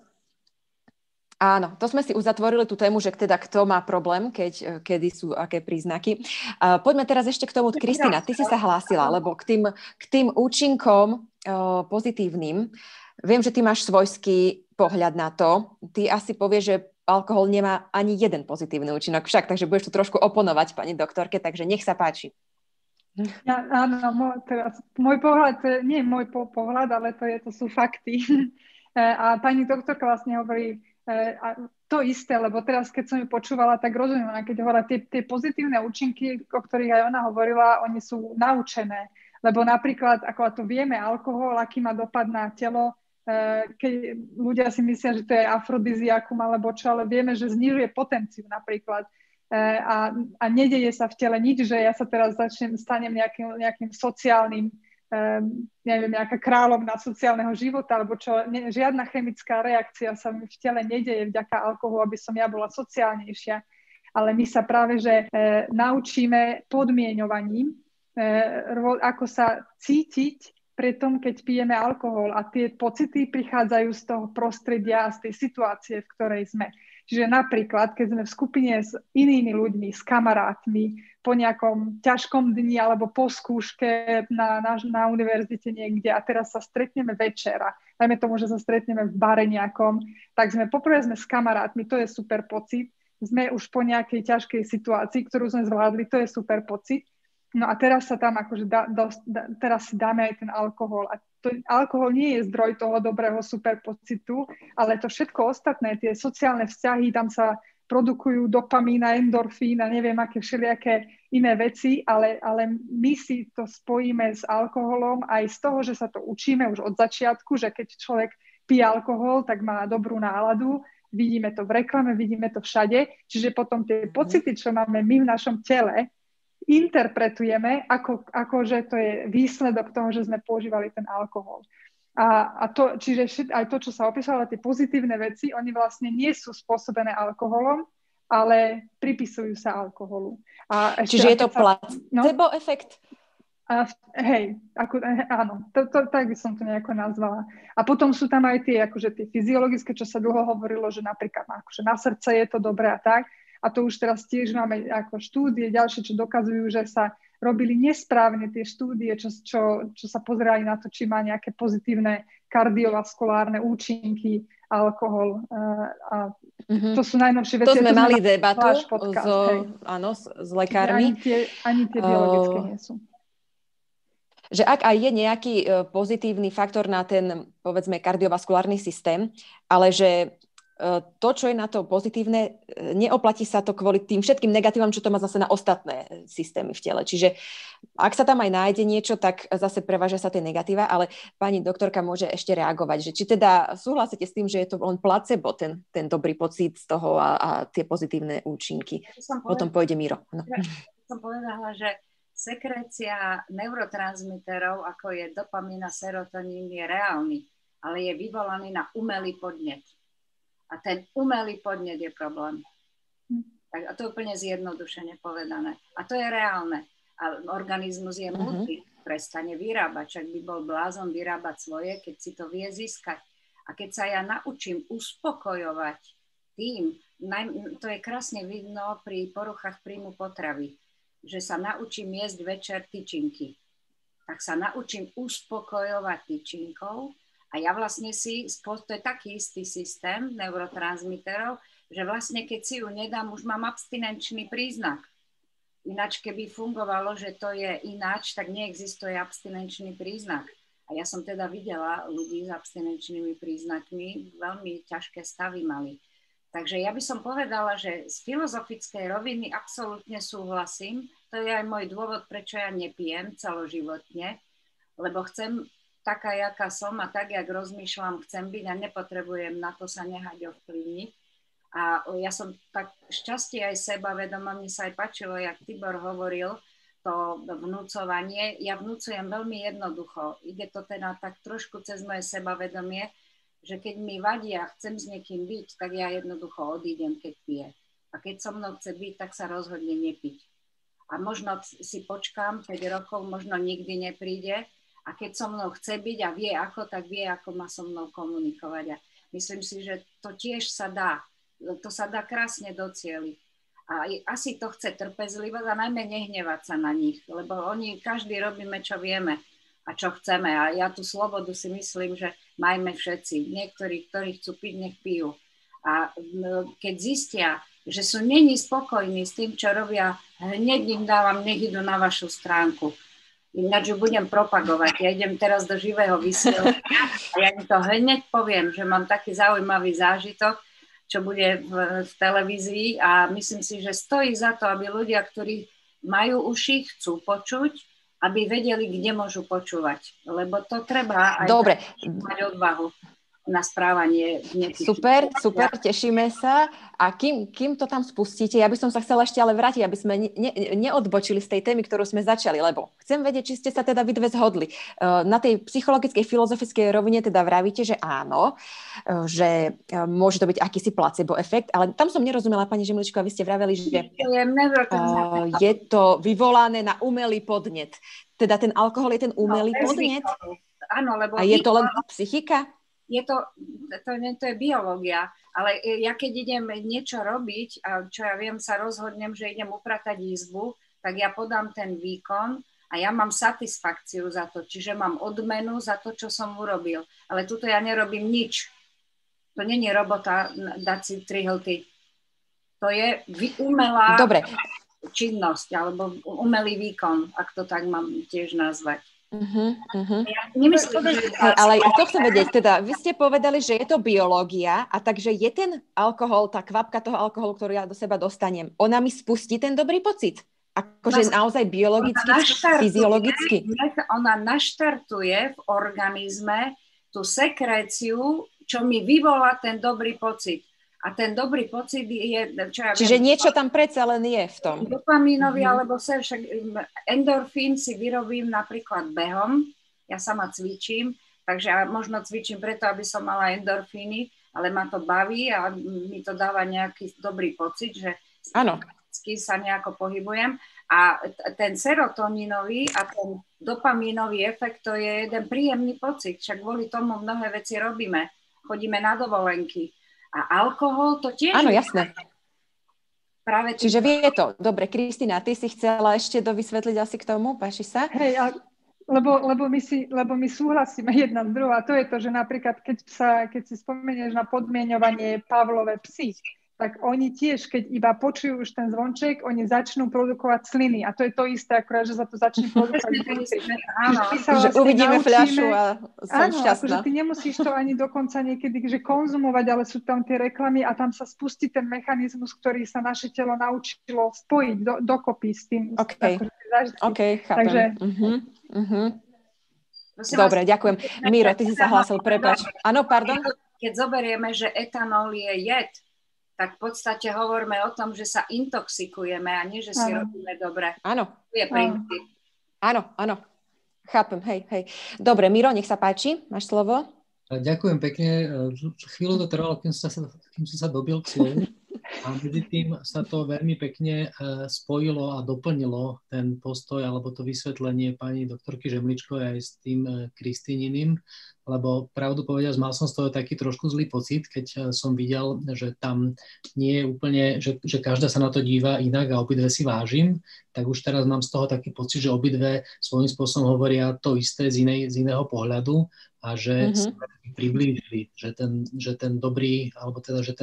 Áno, to sme si uzatvorili tú tému, že teda kto má problém, kedy sú aké príznaky. Poďme teraz ešte k tomu. Kristína, ty si sa hlásila, lebo k tým účinkom pozitívnym, viem, že ty máš svojský pohľad na to. Ty asi povieš, že alkohol nemá ani jeden pozitívny účinok však, takže budeš tu trošku oponovať pani doktorke, takže nech sa páči. Ja, áno, teraz môj pohľad, to nie je môj pohľad, ale to sú fakty. A pani doktorka vlastne hovorí to isté, lebo teraz, keď som ju počúvala, tak rozumiem, keď hovorila tie pozitívne účinky, o ktorých aj ona hovorila, oni sú naučené. Lebo napríklad, ako to vieme, alkohol, aký má dopad na telo, keď ľudia si myslia, že to je afrodiziakum alebo čo, ale vieme, že znižuje potenciu napríklad a nedeje sa v tele nič, že ja sa teraz stanem nejakým sociálnym, neviem, nejaká kráľovna sociálneho života alebo čo, žiadna chemická reakcia sa mi v tele nedeje vďaka alkoholu, aby som ja bola sociálnejšia, ale my sa práve, že naučíme podmienovaním, ako sa cítiť pri tom, keď pijeme alkohol a tie pocity prichádzajú z toho prostredia a z tej situácie, v ktorej sme. Čiže napríklad, keď sme v skupine s inými ľuďmi, s kamarátmi, po nejakom ťažkom dni alebo po skúške na univerzite niekde a teraz sa stretneme večera, dajme tomu, že sa stretneme v bare nejakom, tak poprvé sme s kamarátmi, to je super pocit, sme už po nejakej ťažkej situácii, ktorú sme zvládli, to je super pocit. No a teraz sa tam akože teraz si dáme aj ten alkohol. A alkohol nie je zdroj toho dobrého super pocitu, ale to všetko ostatné, tie sociálne vzťahy, tam sa produkujú dopamín a endorfín a neviem aké všelijaké iné veci, ale my si to spojíme s alkoholom aj z toho, že sa to učíme už od začiatku, že keď človek pije alkohol, tak má dobrú náladu. Vidíme to v reklame, vidíme to všade. Čiže potom tie pocity, čo máme my v našom tele, interpretujeme, ako že to je výsledok toho, že sme používali ten alkohol. A to, čiže aj to, čo sa opísalo, tie pozitívne veci, oni vlastne nie sú spôsobené alkoholom, ale pripisujú sa alkoholu. Čiže je to placebo efekt? Hej, áno, tak by som to nejako nazvala. A potom sú tam aj tie fyziologické, čo sa dlho hovorilo, že napríklad akože na srdce je to dobré a tak. A to už teraz tiež máme ako štúdie ďalšie, čo dokazujú, že sa robili nesprávne tie štúdie, čo sa pozerali na to, či má nejaké pozitívne kardiovaskulárne účinky alkohol. A to sú najnovšie veci. To sme mali debatu s lekármi. Ani tie biologické nie sú. Že ak aj je nejaký pozitívny faktor na ten, povedzme, kardiovaskulárny systém, ale že to, čo je na to pozitívne, neoplatí sa to kvôli tým všetkým negatívam, čo to má zase na ostatné systémy v tele. Čiže ak sa tam aj nájde niečo, tak zase prevážia sa tie negatíva, ale pani doktorka môže ešte reagovať, že či teda súhlasíte s tým, že je to len placebo, ten dobrý pocit z toho a tie pozitívne účinky. Potom pôjde Miro. No. Ja som povedala, že Sekrécia neurotransmiterov, ako je dopamín a serotonín, je reálny, ale je vyvolaný na umelý podnet. A ten umelý podnet je problém. A to je úplne zjednodušene povedané. A to je reálne. A organizmus je múdry, prestane vyrábať. Čak by bol blázon vyrábať svoje, keď si to vie získať. A keď sa ja naučím uspokojovať tým, to je krásne vidno pri poruchách príjmu potravy, že sa naučím jesť večer tyčinky. Tak sa naučím uspokojovať tyčinkou a ja vlastne to je taký istý systém neurotransmiterov, že vlastne keď si ju nedám, už mám abstinenčný príznak. Ináč keby fungovalo, že to je ináč, tak neexistuje abstinenčný príznak. A ja som teda videla ľudí s abstinenčnými príznakmi, veľmi ťažké stavy mali. Takže ja by som povedala, že z filozofickej roviny absolútne súhlasím. To je aj môj dôvod, prečo ja nepijem celoživotne, lebo chcem taká, jaká som a tak, jak rozmýšľam, chcem byť a nepotrebujem na to sa nehať ovplyvniť. A ja som tak šťastie aj sebavedomá, mne sa aj páčilo, jak Tibor hovoril, to vnúcovanie. Ja vnúcujem veľmi jednoducho. Ide to teda tak trošku cez moje sebavedomie, že keď mi vadí a chcem s niekým byť, tak ja jednoducho odídem, keď pije. A keď so mnou chce byť, tak sa rozhodne nepiť. A možno si počkám 5 rokov, možno nikdy nepríde. A keď so mnou chce byť a vie ako, tak vie, ako má so mnou komunikovať. A myslím si, že to tiež sa dá. To sa dá krásne docieliť. A asi to chce trpezlivosť a najmä nehnevať sa na nich, lebo každý robíme, čo vieme a čo chceme. A ja tú slobodu si myslím, že majme všetci. Niektorí, ktorí chcú piť, nech pijú. A keď zistia, že sú není spokojní s tým, čo robia, hneď im dávam, nech idú na vašu stránku. Ináč ju budem propagovať. Ja idem teraz do živého vysielania a ja im to hneď poviem, že mám taký zaujímavý zážitok, čo bude v televízii a myslím si, že stojí za to, aby ľudia, ktorí majú uši, chcú počuť, aby vedeli, kde môžu počúvať. Lebo to treba aj mať odvahu na správanie. Super, tešíme sa. A kým to tam spustíte, ja by som sa chcela ešte ale vrátiť, aby sme neodbočili z tej témy, ktorú sme začali, lebo chcem vedieť, či ste sa teda vy dve zhodli. Na tej psychologickej, filozofickej rovine teda vravíte, že áno, že môže to byť akýsi placebo efekt, ale tam som nerozumela, pani Žemličková, vy ste vraveli, že je to vyvolané na umelý podnet. Teda ten alkohol je ten umelý podnet? Áno, lebo... A je to len psychika? To je biológia, ale ja keď idem niečo robiť a čo ja viem, sa rozhodnem, že idem upratať izbu, tak ja podám ten výkon a ja mám satisfakciu za to, čiže mám odmenu za to, čo som urobil. Ale tuto ja nerobím nič. To nie je robota dať si 3 hlty. To je umelá činnosť alebo umelý výkon, ak to tak mám tiež nazvať. Ja nemyslím, ale to chcem vedieť, teda vy ste povedali, že je to biológia a takže je ten alkohol, tá kvapka toho alkoholu, ktorú ja do seba dostanem, ona mi spustí ten dobrý pocit? Akože naozaj biologicky, fyziologicky? Ona naštartuje v organizme tú sekréciu, čo mi vyvolá ten dobrý pocit. A ten dobrý pocit je... Čiže niečo tam predsa len je v tom. Dopamínový, alebo však endorfín si vyrobím napríklad behom. Ja sama cvičím, takže možno cvičím preto, aby som mala endorfíny, ale ma to baví a mi to dáva nejaký dobrý pocit, že sa nejako pohybujem. A ten serotonínový a ten dopamínový efekt, to je jeden príjemný pocit. Však kvôli tomu mnohé veci robíme. Chodíme na dovolenky. A alkohol to tiež... Áno, jasné. Čiže vie to. Dobre, Kristína, ty si chcela ešte dovysvetliť asi k tomu? Páči sa? Hej, lebo my súhlasíme jedna z druhou. A to je to, že napríklad, keď si spomenieš na podmieňovanie Pavlove psy, tak oni tiež, keď iba počujú už ten zvonček, oni začnú produkovať sliny. A to je to isté, akurát, že sa to začne produkovať zvonček. Že uvidíme fľašu a som šťastná. Akože ty nemusíš to ani dokonca niekedy že konzumovať, ale sú tam tie reklamy a tam sa spustí ten mechanizmus, ktorý sa naše telo naučilo spojiť dokopy s tým. OK, chápem. Takže... Dobre, ďakujem. Miro, ty si sa hlásil, prepáč. Áno, pardon? Keď zoberieme, že etanol je jed, tak v podstate hovoríme o tom, že sa intoxikujeme a nie, že si robíme dobre. Áno. To je princíp. Áno. Chápem, hej. Dobre, Miro, nech sa páči, máš slovo. Ďakujem pekne. Chvíľu to trvalo, kým som sa dobil k slovu. A medzi tým sa to veľmi pekne spojilo a doplnilo ten postoj alebo to vysvetlenie pani doktorky Žemličkovej aj s tým Kristíniným, lebo pravdu povediac, mal som z toho taký trošku zlý pocit, keď som videl, že tam nie je úplne, že každá sa na to díva inak a obidve si vážim, tak už teraz mám z toho taký pocit, že obidve svojím spôsobom hovoria to isté z iného pohľadu a že sa priblížili, že ten dobrý, alebo teda, že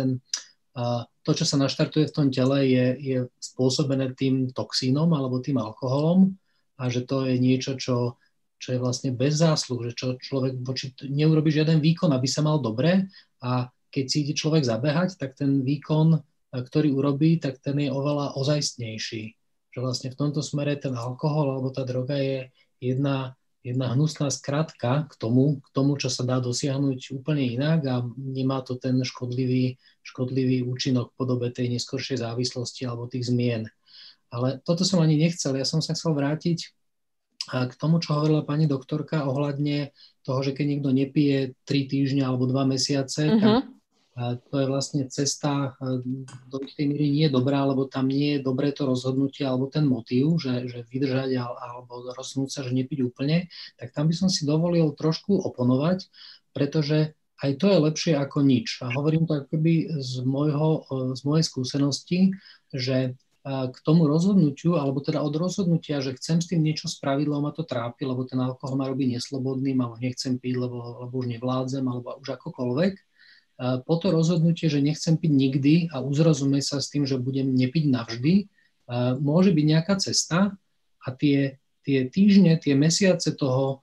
to, čo sa naštartuje v tom tele, je spôsobené tým toxínom alebo tým alkoholom a že to je niečo, čo je vlastne bez zásluh, že človek neurobi žiaden výkon, aby sa mal dobre a keď si ide človek zabehať, tak ten výkon, ktorý urobí, tak ten je oveľa ozajstnejší. Že vlastne v tomto smere ten alkohol alebo tá droga je jedna hnusná skratka k tomu, čo sa dá dosiahnuť úplne inak a nemá to ten škodlivý účinok v podobe tej neskoršej závislosti alebo tých zmien. Ale toto som ani nechcel. Ja som sa chcel vrátiť k tomu, čo hovorila pani doktorka ohľadne toho, že keď niekto nepije 3 týždne alebo 2 mesiace, tak to je vlastne cesta do tej míry nie je dobrá, lebo tam nie je dobré to rozhodnutie alebo ten motív, že vydržať alebo rozhodnúť sa, že nepiť úplne, tak tam by som si dovolil trošku oponovať, pretože aj to je lepšie ako nič. A hovorím to akoby z mojej skúsenosti, že k tomu rozhodnutiu, alebo teda od rozhodnutia, že chcem s tým niečo spraviť, lebo ma to trápi, lebo ten alkohol ma robí neslobodným, alebo nechcem piť, lebo už nevládzem, alebo už akokoľvek, po to rozhodnutie, že nechcem piť nikdy a uzrozumieť sa s tým, že budem nepiť navždy, môže byť nejaká cesta a tie týždne, tie mesiace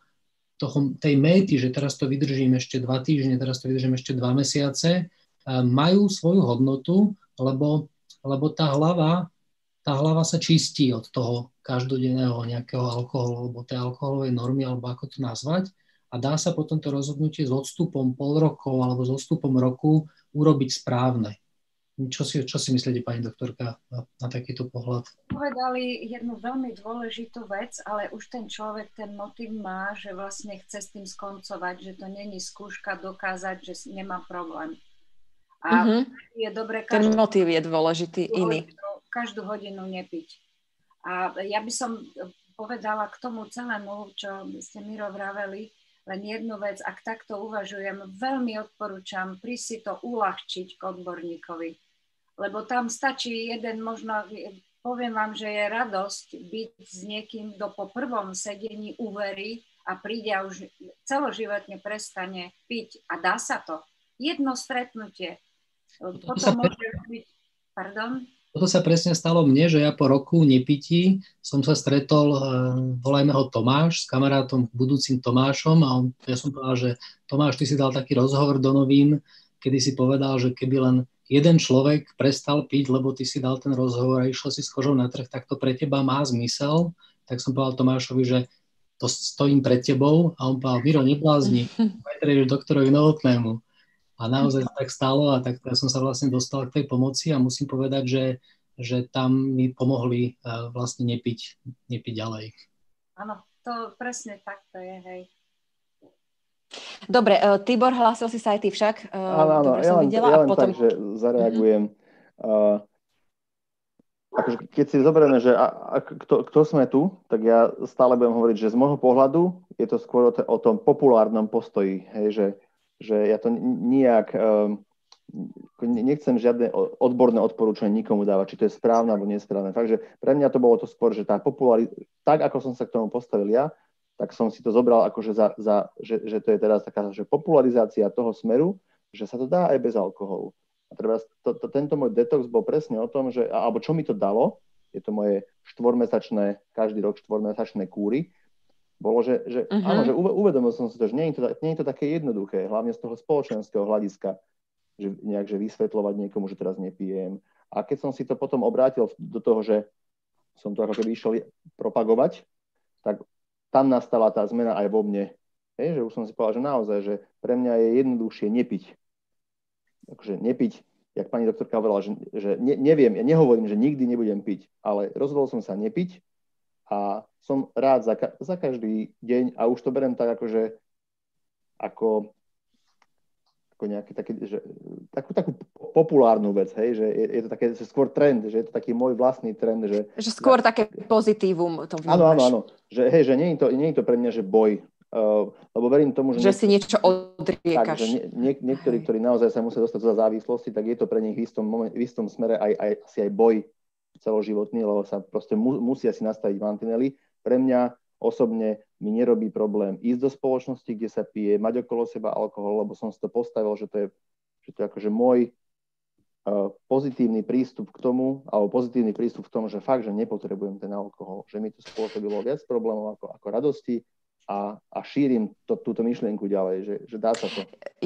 tej méty, že teraz to vydržím ešte 2 týždne, teraz to vydržím ešte 2 mesiace, majú svoju hodnotu, lebo tá hlava sa čistí od toho každodenného nejakého alkoholu, alebo tej alkoholovej normy, alebo ako to nazvať. A dá sa potom to rozhodnutie s odstupom pol rokov alebo s odstupom roku urobiť správne. Čo si myslíte, pani doktorka, na takýto pohľad? Povedali jednu veľmi dôležitú vec, ale už ten človek ten motív má, že vlastne chce s tým skoncovať, že to není skúška dokázať, že nemá problém. A je dobre ten motív je dôležitý, iný. Každú hodinu nepiť. A ja by som povedala k tomu celému, čo ste Miro vraveli, len jednu vec, ak takto uvažujem, veľmi odporúčam prísť si to uľahčiť k odborníkovi. Lebo tam stačí možno, poviem vám, že je radosť byť s niekým, kto po prvom sedení uverí a príde a už celoživotne prestane piť. A dá sa to. Jedno stretnutie. Potom môže byť... Pardon? Toto sa presne stalo mne, že ja po roku nepití som sa stretol, volajme ho Tomáš, s kamarátom budúcim Tomášom a ja som povedal, že Tomáš, ty si dal taký rozhovor do novín, kedy si povedal, že keby len jeden človek prestal piť, lebo ty si dal ten rozhovor a išiel si s kožou na trh, tak to pre teba má zmysel. Tak som povedal Tomášovi, že to stojím pred tebou a on povedal, Miro, neblázni, pojďte doktorovi Novotnému. A naozaj tak stalo a tak ja som sa vlastne dostal k tej pomoci a musím povedať, že tam mi pomohli vlastne nepiť ďalej. Áno, to presne tak to je, hej. Dobre, Tibor, hlásil si sa aj ty však. Áno, ja len potom... tak, že zareagujem. Akože keď si zoberieme, že kto sme tu, tak ja stále budem hovoriť, že z môjho pohľadu je to skôr o tom populárnom postoji, hej, že ja to nijak nechcem žiadne odborné odporúčanie nikomu dávať, či to je správne alebo nesprávne. Takže pre mňa to bolo to skôr, že tak ako som sa k tomu postavil ja, tak som si to zobral akože že to je teraz taká že popularizácia toho smeru, že sa to dá aj bez alkoholu. A treba tento môj detox bol presne o tom, že alebo čo mi to dalo, je to moje každý rok štvormesačné kúry, bolo, že áno, že uvedomil som si to, že nie je to také jednoduché, hlavne z toho spoločenského hľadiska, že nejak vysvetľovať niekomu, že teraz nepijem. A keď som si to potom obrátil do toho, že som to ako keby išiel propagovať, tak tam nastala tá zmena aj vo mne. Hej, že už som si povedal, že naozaj, že pre mňa je jednoduchšie nepiť. Takže nepiť jak pani doktorka hovorila, že neviem, ja nehovorím, že nikdy nebudem piť, ale rozhodol som sa nepiť a som rád za každý deň a už to beriem tak akože ako nejaký taký, že takú populárnu vec, hej, že je to také že skôr trend, že je to taký môj vlastný trend, že skôr také pozitívum to vnímaš. Áno, že hej, že nie je to pre mňa, že boj, lebo verím tomu, že si niečo odriekaš. Tak, že niektorí, ktorí naozaj sa musia dostať do závislosti, tak je to pre nich v istom smere asi aj boj celoživotný, lebo sa proste musia si nastaviť mantinely. Pre mňa osobne mi nerobí problém ísť do spoločnosti, kde sa pije, mať okolo seba alkohol, lebo som si to postavil, že to je akože môj pozitívny prístup k tomu, alebo pozitívny prístup v tom, že fakt, že nepotrebujem ten alkohol, že mi to spôsobilo viac problémov ako radosti a šírim túto myšlienku ďalej, že dá sa to.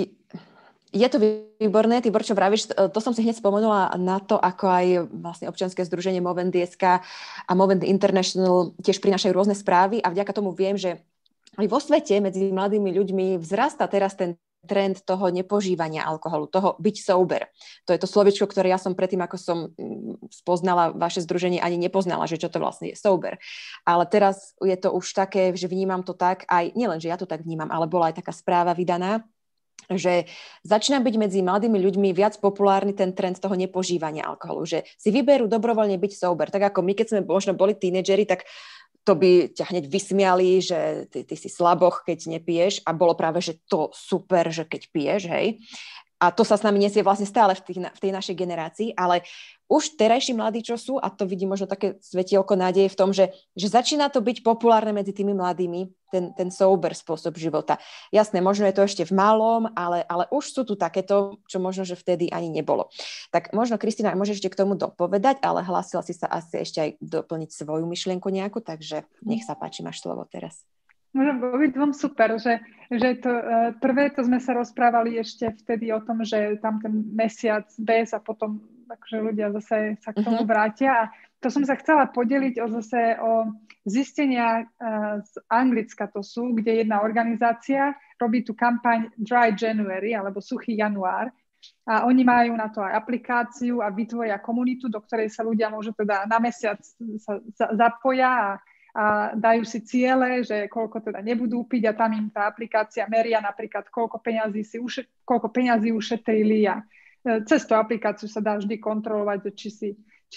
Je to výborné, Tibor, čo vravíš, to som si hneď spomenula na to, ako aj vlastne občianske združenie Movement.sk a Movement International tiež prinášajú rôzne správy a vďaka tomu viem, že aj vo svete medzi mladými ľuďmi vzrastá teraz ten trend toho nepožívania alkoholu, toho byť sober. To je to slovičko, ktoré ja som predtým, ako som spoznala vaše združenie, ani nepoznala, že čo to vlastne je sober. Ale teraz je to už také, že vnímam to tak, aj nielen, že ja to tak vnímam, ale bola aj taká správa vydaná, že začína byť medzi mladými ľuďmi viac populárny ten trend toho nepožívania alkoholu, že si vyberú dobrovoľne byť sober. Tak ako my, keď sme možno boli tínedžeri, tak to by ťa hneď vysmiali, že ty si slaboch, keď nepiješ a bolo práve, že to super, že keď piješ, hej. A to sa s nami nesie vlastne stále v tej našej generácii, ale už terajší mladí, čo sú, a to vidím možno také svetielko nádeje v tom, že začína to byť populárne medzi tými mladými, ten sober spôsob života. Jasné, možno je to ešte v malom, ale už sú tu takéto, čo možno, že vtedy ani nebolo. Tak možno, Kristína, môžeš ešte k tomu dopovedať, ale hlásila si sa asi ešte aj doplniť svoju myšlienku nejakú, takže nech sa páči, máš slovo teraz. Môžem obidvom super, že to prvé to sme sa rozprávali ešte vtedy o tom, že tam ten mesiac bez a potom takže ľudia zase sa k tomu vrátia a to som sa chcela podeliť o zistenia z Anglicka to sú, kde jedna organizácia robí tú kampaň Dry January alebo Suchý január a oni majú na to aj aplikáciu a vytvoria komunitu, do ktorej sa ľudia môžu teda na mesiac sa zapoja a dajú si ciele, že koľko teda nebudú piť a tam im tá aplikácia meria napríklad koľko peňazí ušetrili a cez tú aplikáciu sa dá vždy kontrolovať, či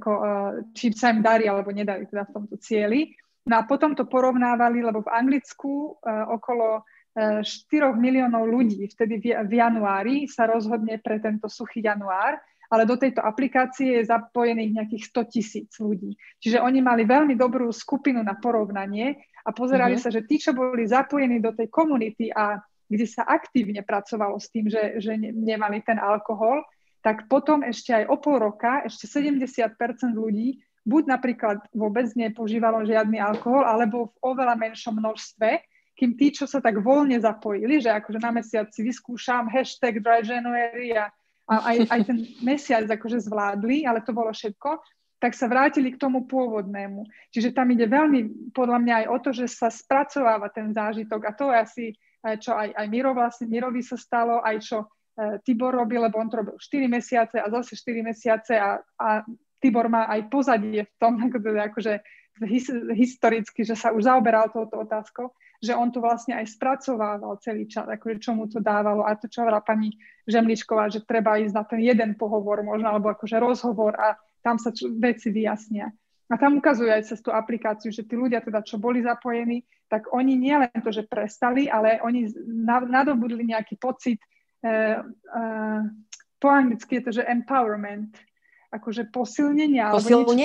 sa im darí alebo nedarí teda v tomto cieli. No a potom to porovnávali, lebo v Anglicku okolo 4 miliónov ľudí vtedy v januári sa rozhodne pre tento suchý január, ale do tejto aplikácie je zapojených nejakých 100 000 ľudí. Čiže oni mali veľmi dobrú skupinu na porovnanie a pozerali sa, že tí, čo boli zapojení do tej komunity a kde sa aktívne pracovalo s tým, že nemali ten alkohol, tak potom ešte aj o pol roka, ešte 70% ľudí buď napríklad vôbec nepožívalo žiadny alkohol, alebo v oveľa menšom množstve, kým tí, čo sa tak voľne zapojili, že akože na mesiac si vyskúšam hashtag Dry January a aj ten mesiac akože zvládli, ale to bolo všetko, tak sa vrátili k tomu pôvodnému. Čiže tam ide veľmi, podľa mňa aj o to, že sa spracováva ten zážitok a to je asi, čo aj Mirovi sa stalo, aj čo Tibor robil, lebo on to robil 4 mesiace a zase 4 mesiace a Tibor má aj pozadie v tom, akože historicky, že sa už zaoberal touto otázkou, že on to vlastne aj spracovával celý čas, akože čo mu to dávalo a to, čo hovorila pani Žemličková, že treba ísť na ten jeden pohovor možno, alebo akože rozhovor a tam sa veci vyjasnia. A tam ukazuje aj cez tú aplikáciu, že tí ľudia teda, čo boli zapojení, tak oni nie len to, že prestali, ale oni nadobudli nejaký pocit, po anglicky je to, že empowerment, akože posilnenia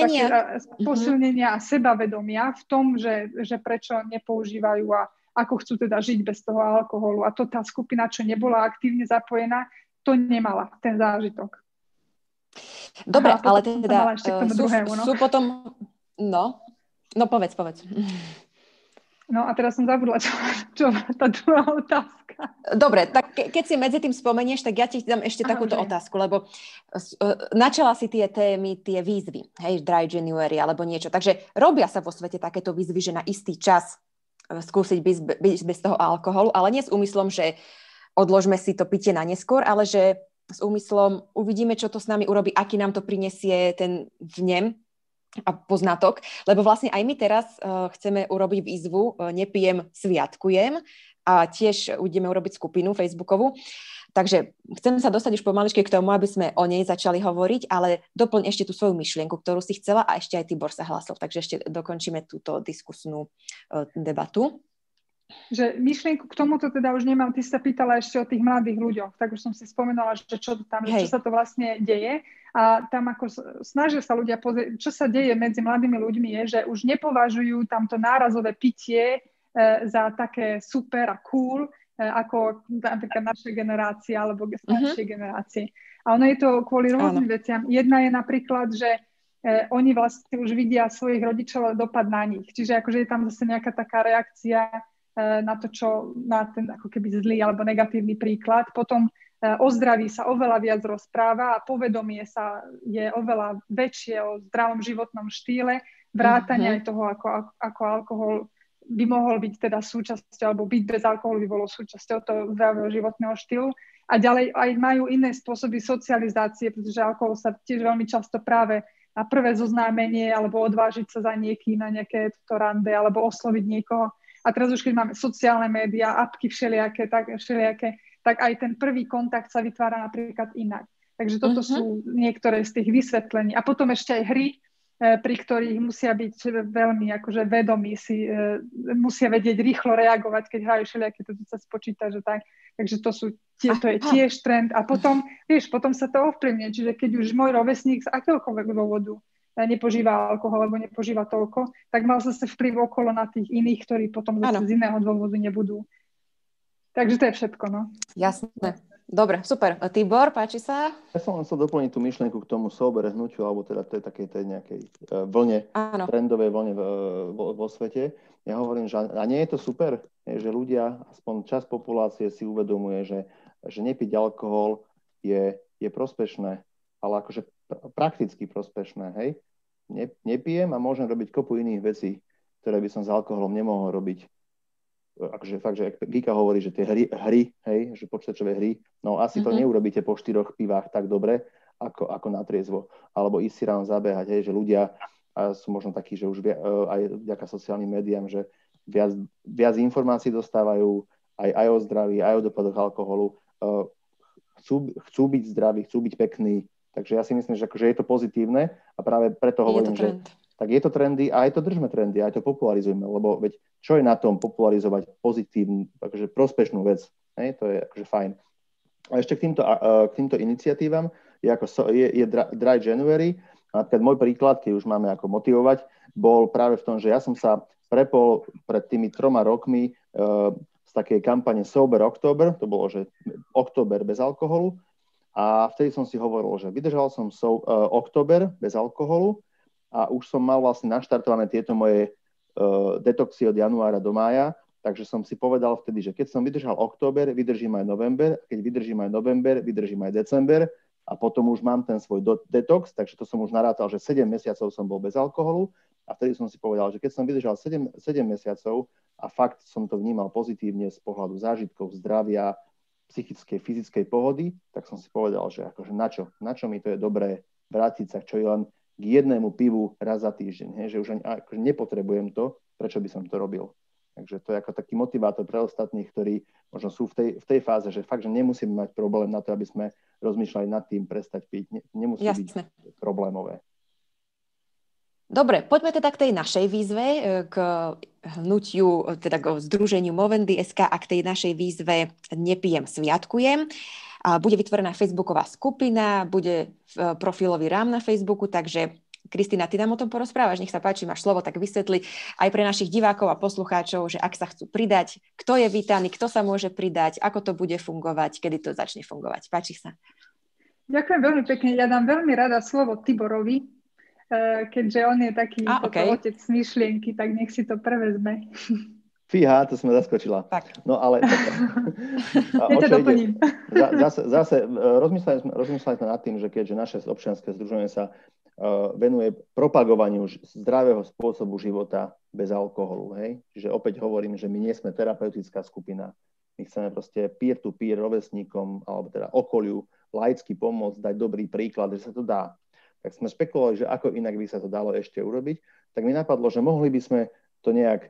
a sebavedomia v tom, že prečo nepoužívajú a ako chcú teda žiť bez toho alkoholu. A to tá skupina, čo nebola aktívne zapojená, to nemala ten zážitok. Dobre, ale teda sú potom... No, povedz. No a teraz som zabudla, čo tá druhá otázka. Dobre, tak keď si medzi tým spomenieš, tak ja ti dám ešte takúto otázku, lebo načala si tie témy, tie výzvy, hej, Dry January alebo niečo. Takže robia sa vo svete takéto výzvy, že na istý čas skúsiť byť bez toho alkoholu, ale nie s úmyslom, že odložme si to pitie na neskôr, ale že s úmyslom, uvidíme, čo to s nami urobí, aký nám to prinesie ten vnem a poznatok, lebo vlastne aj my teraz chceme urobiť výzvu Nepijem, sviatkujem a tiež ideme urobiť skupinu facebookovú. Takže chcem sa dostať už pomaličky k tomu, aby sme o nej začali hovoriť, ale doplň ešte tú svoju myšlienku, ktorú si chcela a ešte aj Tibor sa hlásil, takže ešte dokončíme túto diskusnú debatu. Že myšlienku k tomuto teda už nemám, ty sa pýtala ešte o tých mladých ľuďoch, tak už som si spomenula, že čo tam, čo sa to vlastne deje a tam ako snažia sa ľudia pozrieť, čo sa deje medzi mladými ľuďmi je, že už nepovažujú tamto nárazové pitie za také super a cool, ako napríklad naša generácia alebo staršie generácie. A ono je to kvôli rôznym veciam. Jedna je napríklad, že oni vlastne už vidia svojich rodičov dopad na nich. Čiže akože je tam zase nejaká taká reakcia na to, čo na ten ako keby zlý alebo negatívny príklad. Potom o zdraví sa oveľa viac rozpráva a povedomie sa je oveľa väčšie o zdravom životnom štýle, vrátane aj toho, ako alkohol by mohol byť teda súčasťou, alebo byť bez alkoholu by bolo súčasťou toho zdravého životného štýlu. A ďalej aj majú iné spôsoby socializácie, pretože alkohol sa tiež veľmi často práve na prvé zoznámenie alebo odvážiť sa za niekým na nejaké rande alebo osloviť niekoho. A teraz už keď máme sociálne médiá, apky všelijaké, tak aj ten prvý kontakt sa vytvára napríklad inak. Takže toto sú niektoré z tých vysvetlení. A potom ešte aj hry, pri ktorých musia byť veľmi akože vedomí si, musia vedieť rýchlo reagovať, keď hrajú všelijaké, to sa spočíta, že tak. Takže to je tiež trend. A potom, potom sa to ovplyvňuje. Čiže keď už môj rovesník z akéhokoľvek dôvodu nepožíva alkohol alebo nepožíva toľko, tak mal zase vplyv okolo na tých iných, ktorí potom zase z iného dôvodu nebudú. Takže to je všetko, no. Jasné. Dobre, super. Tibor, páči sa? Ja som len chcel doplniť tú myšlienku k tomu sober hnutiu, alebo teda to je takej tej nejakej vlne, trendovej vlne vo svete. Ja hovorím, že a nie je to super, že ľudia, aspoň časť populácie si uvedomuje, že nepiť alkohol je prospešné, ale akože prakticky prospešné, hej. Nepijem a môžem robiť kopu iných vecí, ktoré by som s alkoholom nemohol robiť. Akože fakt, že Gika hovorí, že tie hry, hej, že počítačové hry, no asi to neurobíte po 4 pivách tak dobre, ako na triezvo. Alebo ísť si ráno zabehať, hej, že ľudia sú možno takí, že už aj vďaka sociálnym médiám, že viac informácií dostávajú aj o zdraví, aj o dopadoch alkoholu. Chcú byť zdraví, chcú byť pekní. Takže ja si myslím, že akože je to pozitívne a práve preto hovorím, že tak je to trendy a aj to držme trendy, aj to popularizujme, lebo veď čo je na tom popularizovať pozitívnu, akože prospešnú vec, hej? To je akože fajn. A ešte k týmto iniciatívam je Dry January. A napríklad môj príklad, keď už máme ako motivovať, bol práve v tom, že ja som sa prepol pred tými 3 rokmi z takej kampane Sober October, to bolo, že október bez alkoholu. A vtedy som si hovoril, že vydržal som október bez alkoholu a už som mal vlastne naštartované tieto moje detoxy od januára do mája, takže som si povedal vtedy, že keď som vydržal október, vydržím aj november, keď vydržím aj november, vydržím aj december a potom už mám ten svoj detox, takže to som už narátal, že 7 mesiacov som bol bez alkoholu a vtedy som si povedal, že keď som vydržal 7 mesiacov a fakt som to vnímal pozitívne z pohľadu zážitkov, zdravia, psychickej, fyzickej pohody, tak som si povedal, že akože na čo mi to je dobré vrátiť sa čo je len k jednému pivu raz za týždeň, hej, že už akože nepotrebujem to, prečo by som to robil. Takže to je ako taký motivátor pre ostatných, ktorí možno sú v tej fáze, že fakt, že nemusíme mať problém na to, aby sme rozmýšľali nad tým prestať piť. Nemusí byť problémové. Dobre, poďme teda k tej našej výzve, k hnutiu, teda k združeniu Movendy.sk a k tej našej výzve Nepijem, sviatkujem. Bude vytvorená facebooková skupina, bude profilový rám na Facebooku, takže Kristína, ty nám o tom porozprávaš, nech sa páči, máš slovo, tak vysvetli aj pre našich divákov a poslucháčov, že ak sa chcú pridať, kto je vítaný, kto sa môže pridať, ako to bude fungovať, kedy to začne fungovať. Páči sa. Ďakujem veľmi pekne. Ja dám veľmi rada slovo Tiborovi, keďže on je taký otec myšlienky, tak nech si to prevezme. Fíha, to sme zaskočila. Tak. No ale... Ja ťa doplním. Zase rozmýšľali sme nad tým, že keďže naše občianske združenie sa venuje propagovaniu zdravého spôsobu života bez alkoholu. Hej? Čiže opäť hovorím, že my nie sme terapeutická skupina, My chceme proste peer-to-peer rovesníkom, alebo teda okoliu laicky pomôcť, dať dobrý príklad, že sa to dá. Tak sme špekulovali, že ako inak by sa to dalo ešte urobiť. Tak mi napadlo, že mohli by sme to nejak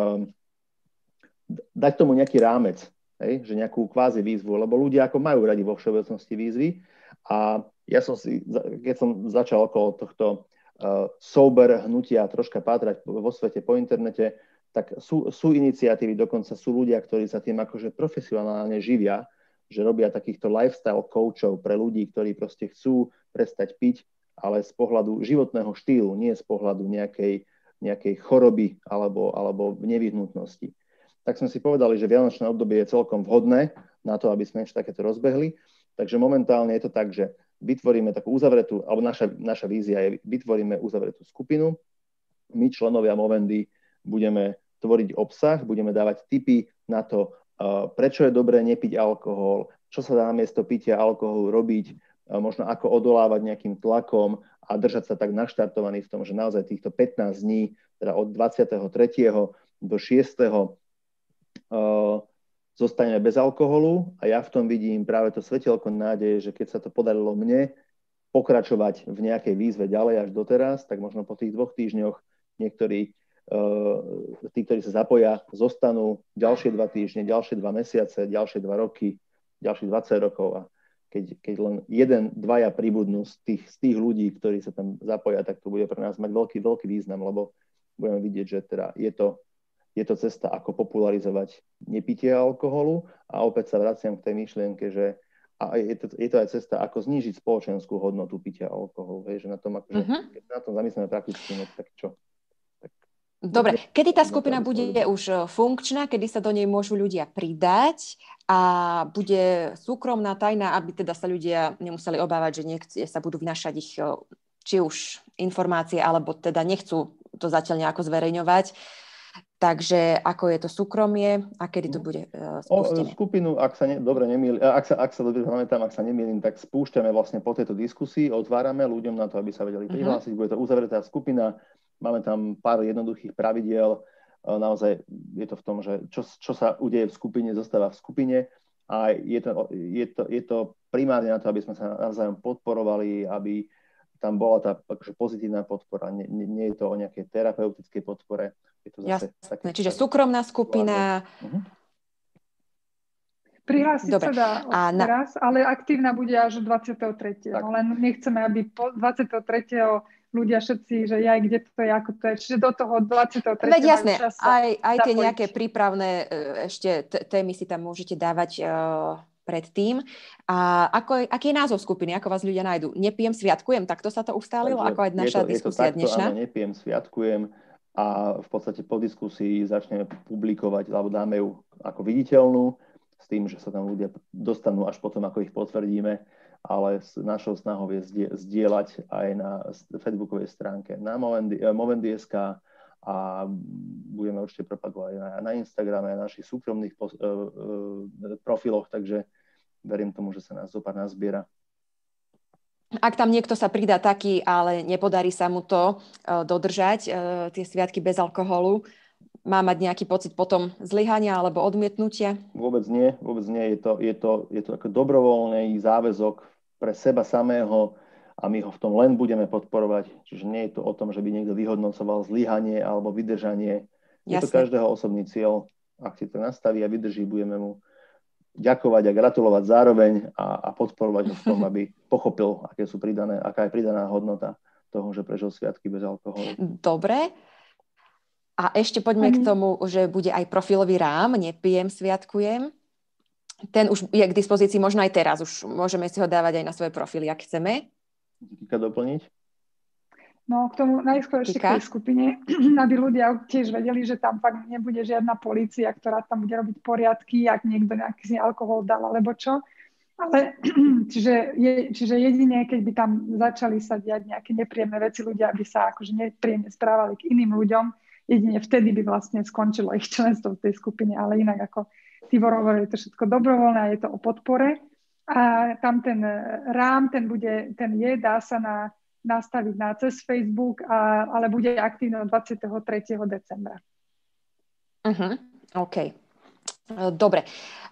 dať tomu nejaký rámec, hej? Že nejakú kvázi výzvu, lebo ľudia ako majú radi vo všeobecnosti výzvy. A ja som si, keď som začal okolo tohto sober hnutia troška pátrať vo svete, po internete, tak sú iniciatívy, dokonca sú ľudia, ktorí sa tým akože profesionálne živia, že robia takýchto lifestyle coachov pre ľudí, ktorí proste chcú prestať piť, ale z pohľadu životného štýlu, nie z pohľadu nejakej choroby alebo nevyhnutnosti. Tak sme si povedali, že vianočné obdobie je celkom vhodné na to, aby sme ešte takéto rozbehli. Takže momentálne je to tak, že vytvoríme takú uzavretú, alebo naša vízia je, vytvoríme uzavretú skupinu. My, členovia Movendy, budeme tvoriť obsah, budeme dávať tipy na to, prečo je dobré nepiť alkohol, čo sa dá namiesto pitia alkoholu robiť, možno ako odolávať nejakým tlakom a držať sa tak naštartovaný v tom, že naozaj týchto 15 dní, teda od 23. do 6. Zostaneme bez alkoholu a ja v tom vidím práve to svetielko nádeje, že keď sa to podarilo mne pokračovať v nejakej výzve ďalej až doteraz, tak možno po tých 2 týždňoch niektorí tí, ktorí sa zapoja, zostanú ďalšie 2 týždne, ďalšie 2 mesiace, ďalšie 2 roky, ďalšie 20 rokov a keď len 1-2 pribudnú z tých ľudí, ktorí sa tam zapoja, tak to bude pre nás mať veľký význam, lebo budeme vidieť, že teda je to cesta, ako popularizovať nepitie alkoholu a opäť sa vraciam k tej myšlienke, že a je to aj cesta, ako znížiť spoločenskú hodnotu pitia alkoholu, že na tom akože, keď na tom zamyslíme prakticky, no tak čo? Dobre, kedy tá skupina bude už funkčná, kedy sa do nej môžu ľudia pridať a bude súkromná, tajná, aby teda sa ľudia nemuseli obávať, že niekde sa budú vynášať ich či už informácie, alebo teda nechcú to zatiaľ nejako zverejňovať. Takže ako je to súkromie a kedy to bude spustené? Skupinu, ak sa dobre pamätám, ak sa nemýlim, tak spúšťame vlastne po tejto diskusii, otvárame ľuďom na to, aby sa vedeli prihlásiť. Bude to uzavretá skupina. Máme tam pár jednoduchých pravidiel. Naozaj je to v tom, že čo sa udeje v skupine, zostáva v skupine a je to primárne na to, aby sme sa navzájom podporovali, aby tam bola tá akože pozitívna podpora. Nie je to o nejakej terapeutickej podpore. Je to zase také, čiže súkromná skupina. Prihlásiť sa dá teraz, ale aktívna bude až 23. No, len nechceme, aby po 23. ľudia všetci, že kde to je, ako to je. Čiže do toho 23. Veď jasné, aj tie nejaké prípravné ešte témy si tam môžete dávať predtým. A aký je názov skupiny? Ako vás ľudia nájdú? Nepijem, sviatkujem? Takto sa to ustálilo? Ako aj naša diskusia dnešná? Áno, nepijem, sviatkujem. A v podstate po diskusii začneme publikovať, alebo dáme ju ako viditeľnú, s tým, že sa tam ľudia dostanú až potom, ako ich potvrdíme, ale našou snahou je zdieľať aj na facebookovej stránke na Movendy.sk a budeme určite propagovať na Instagrame, na našich súkromných profiloch, takže verím tomu, že sa nás zopár nazbiera. Ak tam niekto sa pridá taký, ale nepodarí sa mu to dodržať, tie sviatky bez alkoholu, má mať nejaký pocit potom zlyhania alebo odmietnutia? Vôbec nie. Je to ako dobrovoľný záväzok pre seba samého a my ho v tom len budeme podporovať. Čiže nie je to o tom, že by niekto vyhodnocoval zlyhanie alebo vydržanie. Je to každého osobný cieľ. Ak si to nastaví a vydrží, budeme mu ďakovať a gratulovať zároveň a podporovať ho v tom, aby pochopil, aká je pridaná hodnota toho, že prežil sviatky bez alkoholu. Dobre. A ešte poďme k tomu, že bude aj profilový rám, nepijem, sviatkujem. Ten už je k dispozícii možno aj teraz. Už môžeme si ho dávať aj na svoje profily, ak chceme. Kika doplniť? No, k tomu najskôr ešte k tej skupine, aby ľudia tiež vedeli, že tam fakt nebude žiadna polícia, ktorá tam bude robiť poriadky, ak niekto nejaký alkohol dal, alebo čo. Ale čiže jedine, keď by tam začali sa diať nejaké nepríjemné veci, ľudia by sa akože nepríjemne správali k iným ľuďom, jedine vtedy by vlastne skončilo ich členstvo v tej skupine, ale inak ako Tibor hovorí, je to všetko dobrovoľné a je to o podpore. A tam ten rám, dá sa nastaviť cez Facebook, ale bude aktívne 23. decembra. OK. Dobre.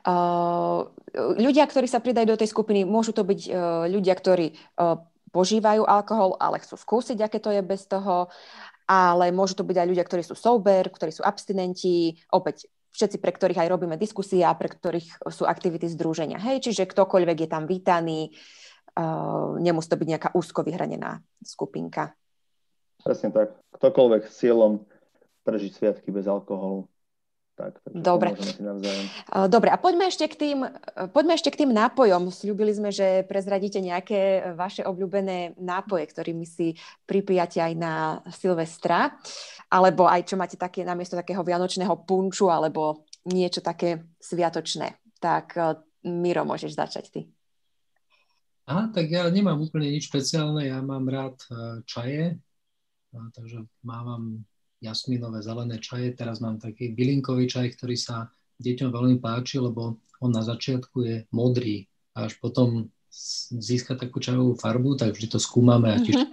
Ľudia, ktorí sa pridajú do tej skupiny, môžu to byť ľudia, ktorí požívajú alkohol, ale chcú skúsiť, aké to je bez toho, ale môžu to byť aj ľudia, ktorí sú sober, ktorí sú abstinenti, opäť všetci, pre ktorých aj robíme diskusie a pre ktorých sú aktivity združenia. Hej, čiže ktokoľvek je tam vítaný, nemusí to byť nejaká úzko vyhranená skupinka. Presne tak. Ktokoľvek s cieľom prežiť sviatky bez alkoholu. Tak, dobre. Dobre, a poďme ešte k tým nápojom. Sľúbili sme, že prezradíte nejaké vaše obľúbené nápoje, ktorými si pripijate aj na Silvestra, alebo aj čo máte také namiesto takého vianočného punču, alebo niečo také sviatočné. Tak Miro, môžeš začať ty. Tak ja nemám úplne nič špeciálne, ja mám rád čaje, takže mávam jasmínové zelené čaje. Teraz mám taký bylinkový čaj, ktorý sa deťom veľmi páči, lebo on na začiatku je modrý a až potom získa takú čajovú farbu, tak vždy to skúmame a tiež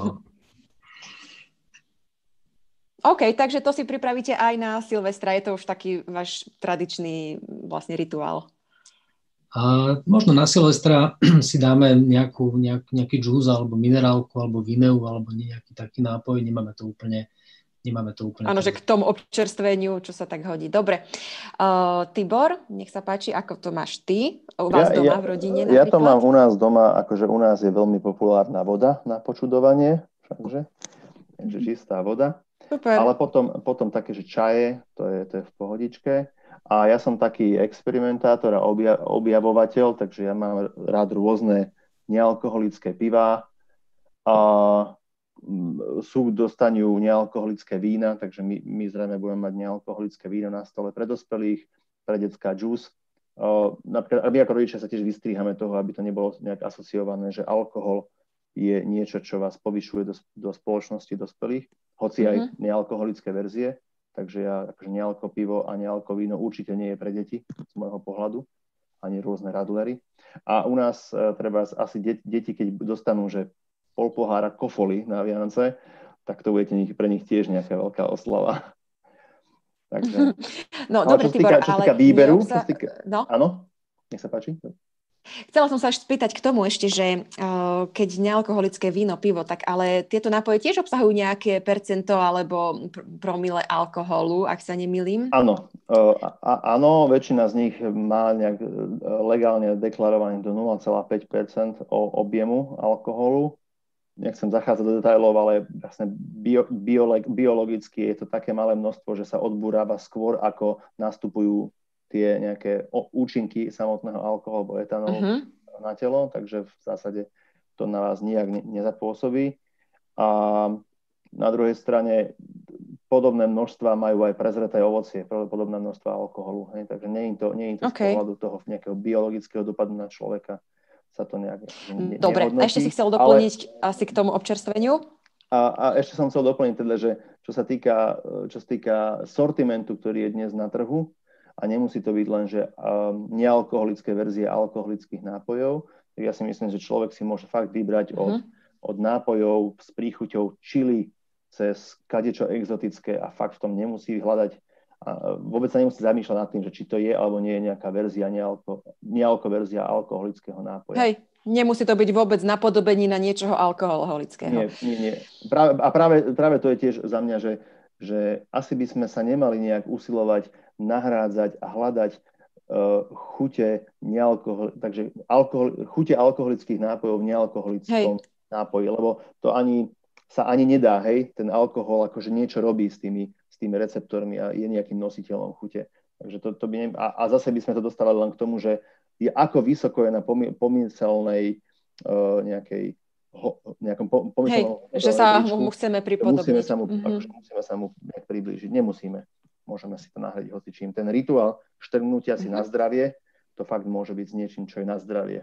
OK, takže to si pripravíte aj na Silvestra. Je to už taký váš tradičný vlastne rituál. A možno na Silvestra si dáme nejaký džús alebo minerálku alebo vineu alebo nejaký taký nápoj. Nemáme to úplne. Áno, že k tomu občerstveniu, čo sa tak hodí. Dobre. Tibor, nech sa páči, ako to máš ty u vás doma v rodine napríklad? Ja to mám u nás doma, akože u nás je veľmi populárna voda na počudovanie, takže čistá voda. Super. Ale potom také, že čaje, to je v pohodičke. A ja som taký experimentátor a objavovateľ, takže ja mám rád rôzne nealkoholické pivá. Dostanú nealkoholické vína, takže my zrejme budeme mať nealkoholické víno na stole pre dospelých, pre detská džús. Napríklad, my ako rodičia sa tiež vystriháme toho, aby to nebolo nejak asociované, že alkohol je niečo, čo vás povyšuje do spoločnosti dospelých, hoci aj nealkoholické verzie. Takže akože nealko pivo a nealko víno určite nie je pre deti z môjho pohľadu, ani rôzne radlery. A u nás treba asi deti, keď dostanú, že pol pohára kofoly na Vianoce, tak to bude pre nich tiež nejaká veľká oslava. Takže, no, dobre, Tibor, čo sa týka výberu, no? Áno, nech sa páči. Chcela som sa spýtať k tomu ešte, že keď nealkoholické víno, pivo, tak ale tieto nápoje tiež obsahujú nejaké percento alebo promile alkoholu, ak sa nemýlim? Áno, áno, väčšina z nich má nejak legálne deklarovaný do 0,5% objemu alkoholu. Nechcem zachádzať do detailov, ale vlastne biologicky je to také malé množstvo, že sa odburáva skôr, ako nastupujú tie nejaké účinky samotného alkoholu alebo etanolu na telo, takže v zásade to na vás nijak nezapôsobí. A na druhej strane podobné množstva majú aj prezreté ovocie, podobné množstva alkoholu. Hej? Takže nie je to z pohľadu toho nejakého biologického dopadu na človeka sa to nejak Dobre, nehodnotí. A ešte si chcel doplniť asi k tomu občerstveniu? A ešte som chcel doplniť teda, že čo sa týka sortimentu, ktorý je dnes na trhu, a nemusí to byť len, že nealkoholické verzie alkoholických nápojov, tak ja si myslím, že človek si môže fakt vybrať od nápojov s príchuťou chili cez kadečo exotické a fakt v tom nemusí hľadať a vôbec sa nemusí zamýšľať nad tým, že či to je alebo nie je nejaká verzia nealko verzia alkoholického nápoja. Hej, nemusí to byť vôbec napodobenina niečoho alkoholického. Nie. A práve to je tiež za mňa, že asi by sme sa nemali nejak usilovať nahrádzať a hľadať chute chute alkoholických nápojov v nealkoholickom nápoji, lebo to sa ani nedá, hej, ten alkohol akože niečo robí s tými receptormi a je nejakým nositeľom chute. Takže to by a zase by sme to dostali len k tomu, že je ako vysoko je na pomyselnej nejakom pomyselnom že sa mu chceme pripodobniť. Musíme sa mu priblížiť. Nemusíme. Môžeme si to nahradiť hocičím. Ten rituál štrngnutia si na zdravie, to fakt môže byť s niečím, čo je na zdravie.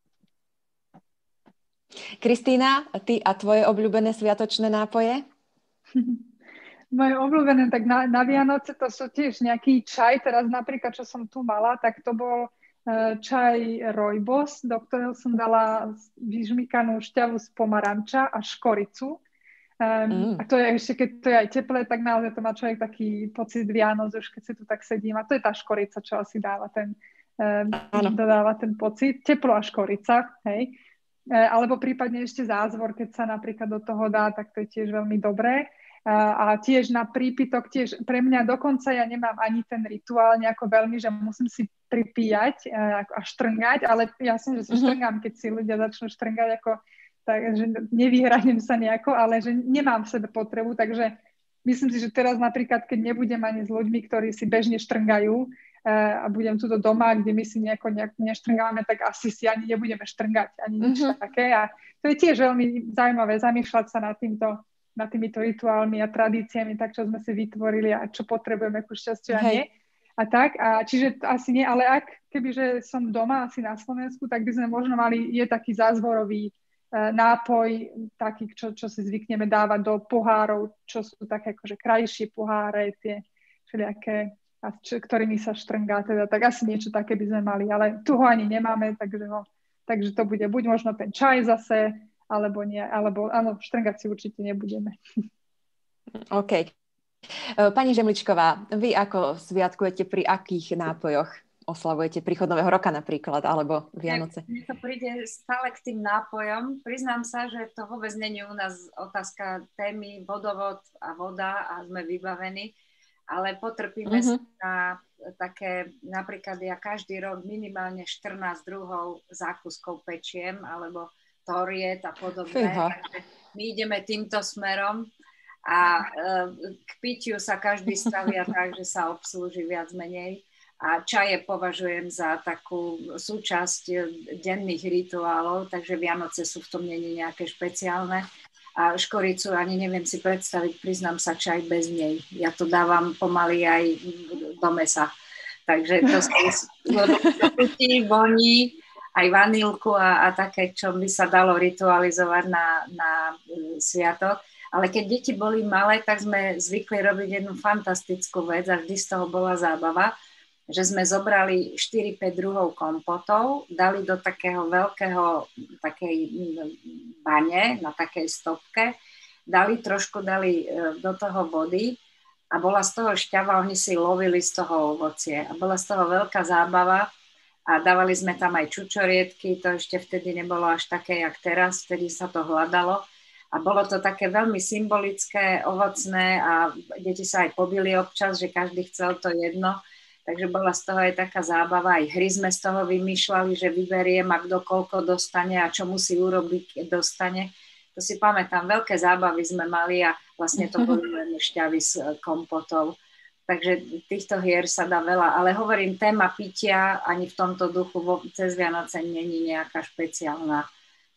Kristína, ty a tvoje obľúbené sviatočné nápoje? Moje obľúbené, tak na Vianoce to sú tiež nejaký čaj. Teraz napríklad, čo som tu mala, tak to bol čaj rooibos, do ktorého som dala vyžmykanú šťavu z pomaranča a škoricu. A to je ešte, keď to je aj teplé, tak naozaj to má človek taký pocit Vianoc, už keď si tu tak sedím. A to je tá škorica, čo asi dáva ten dodáva ten pocit. Teplo a škorica, hej. Alebo prípadne ešte zázvor, keď sa napríklad do toho dá, tak to je tiež veľmi dobré. A tiež na prípitok, tiež pre mňa dokonca ja nemám ani ten rituál nejako veľmi, že musím si pripíjať a štrngať, ale jasne, že si štrngám, keď si ľudia začnú štrngať, ako, tak, že nevyhraním sa nejako, ale že nemám v sebe potrebu, takže myslím si, že teraz napríklad, keď nebudem ani s ľuďmi, ktorí si bežne štrngajú a budem tuto doma, kde my si nejako neštrngávame, tak asi si ani nebudeme štrngať, ani nič také. A to je tiež veľmi zaujímavé zamýšľať sa nad týmito rituálmi a tradíciami, tak čo sme si vytvorili a čo potrebujeme ku šťastiu a nie. A tak, a čiže asi nie, ale kebyže som doma asi na Slovensku, tak by sme možno je taký zázvorový nápoj, taký, čo si zvykneme dávať do pohárov, čo sú také akože krajšie poháre, tie všelijaké, ktorými sa štrngá, teda, tak asi niečo také by sme mali, ale tu ho ani nemáme, takže to bude buď možno ten čaj zase, alebo nie, alebo áno, štrngať si určite nebudeme. OK. Pani Žemličková, vy ako sviatkujete, pri akých nápojoch oslavujete príchod Nového roka napríklad, alebo Vianoce? Mne to príde stále k tým nápojom. Priznám sa, že to vôbec nie je u nás otázka témy vodovod a voda a sme vybavení, ale potrpíme sa na také, napríklad ja každý rok minimálne 14 druhov zákuskov pečiem, alebo toriet a podobné. My ideme týmto smerom a k pitiu sa každý stavia tak, že sa obslúži viac menej. A čaje považujem za takú súčasť denných rituálov, takže Vianoce sú v tom nie nejaké špeciálne. A škoricu ani neviem si predstaviť, priznám sa, čaj bez nej. Ja to dávam pomaly aj do mesa. Takže to chutí, voní, aj vanilku a také, čo by sa dalo ritualizovať na sviatok. Ale keď deti boli malé, tak sme zvykli robiť jednu fantastickú vec a vždy z toho bola zábava, že sme zobrali 4-5 druhov kompotov, dali do takého veľkého takej bane, na takej stopke, trošku dali do toho vody a bola z toho šťava, oni si lovili z toho ovocie. A bola z toho veľká zábava a dávali sme tam aj čučoriedky, to ešte vtedy nebolo až také, jak teraz, vtedy sa to hľadalo. A bolo to také veľmi symbolické, ovocné a deti sa aj pobili občas, že každý chcel to jedno. Takže bola z toho aj taká zábava, aj hry sme z toho vymýšľali, že vyberiem a kto koľko dostane a čo musí urobiť, keď dostane. To si pamätám, veľké zábavy sme mali a vlastne to boli len šťavy s kompotou. Takže týchto hier sa dá veľa, ale hovorím, téma pitia ani v tomto duchu cez Vianoce není nejaká špeciálna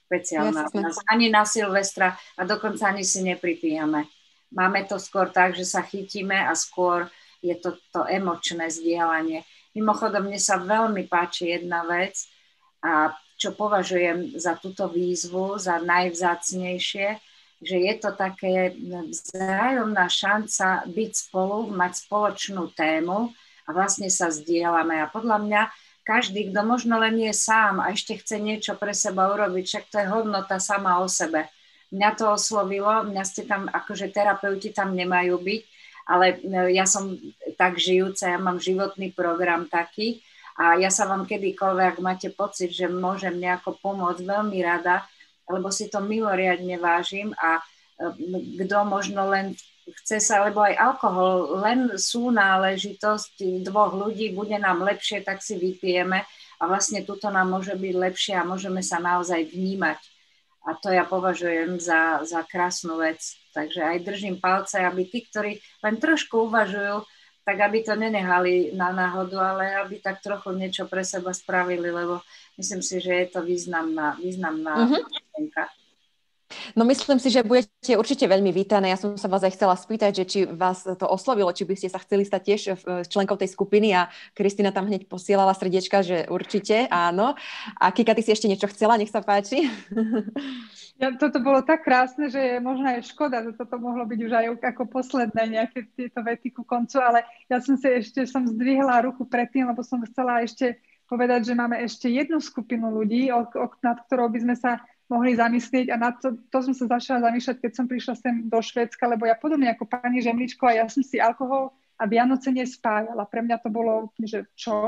ani na Silvestra a dokonca ani si nepripíjame. Máme to skôr tak, že sa chytíme a skôr je to emočné zdieľanie. Mimochodom, mne sa veľmi páči jedna vec a čo považujem za túto výzvu, za najvzácnejšie, že je to také vzájomná šanca byť spolu, mať spoločnú tému a vlastne sa zdieľame. A podľa mňa každý, kto možno len je sám a ešte chce niečo pre seba urobiť, však to je hodnota sama o sebe. Mňa to oslovilo, mňa ste tam, akože terapeuti tam nemajú byť, ale ja som tak žijúca, ja mám životný program taký a ja sa vám kedykoľvek, ak máte pocit, že môžem nejako pomôcť, veľmi rada, lebo si to mimoriadne vážim a kto možno len chce sa, lebo aj alkohol, len sú náležitosť dvoch ľudí, bude nám lepšie, tak si vypijeme a vlastne tuto nám môže byť lepšie a môžeme sa naozaj vnímať. A to ja považujem za krásnu vec. Takže aj držím palce, aby tí, ktorí len trošku uvažujú, tak aby to nenehali na náhodu, ale aby tak trochu niečo pre seba spravili, lebo myslím si, že je to významná myšlienka. No myslím si, že budete určite veľmi vítané. Ja som sa vás aj chcela spýtať, že či vás to oslovilo, či by ste sa chceli stať tiež členkou tej skupiny a Kristina tam hneď posielala srdiečka, že určite áno. A Kika, ty si ešte niečo chcela? Nech sa páči. Toto bolo tak krásne, že je možno aj škoda, že toto mohlo byť už aj ako posledné nejaké tieto vety ku koncu, ale ja som zdvihla ruku predtým, lebo som chcela ešte povedať, že máme ešte jednu skupinu ľudí, nad ktorou by sme sa mohli zamyslieť a na to som sa začala zamýšľať, keď som prišla sem do Švédska, lebo ja podobne ako pani Žemličková, ja som si alkohol a Vianoce nespájala. Pre mňa to bolo, že čo?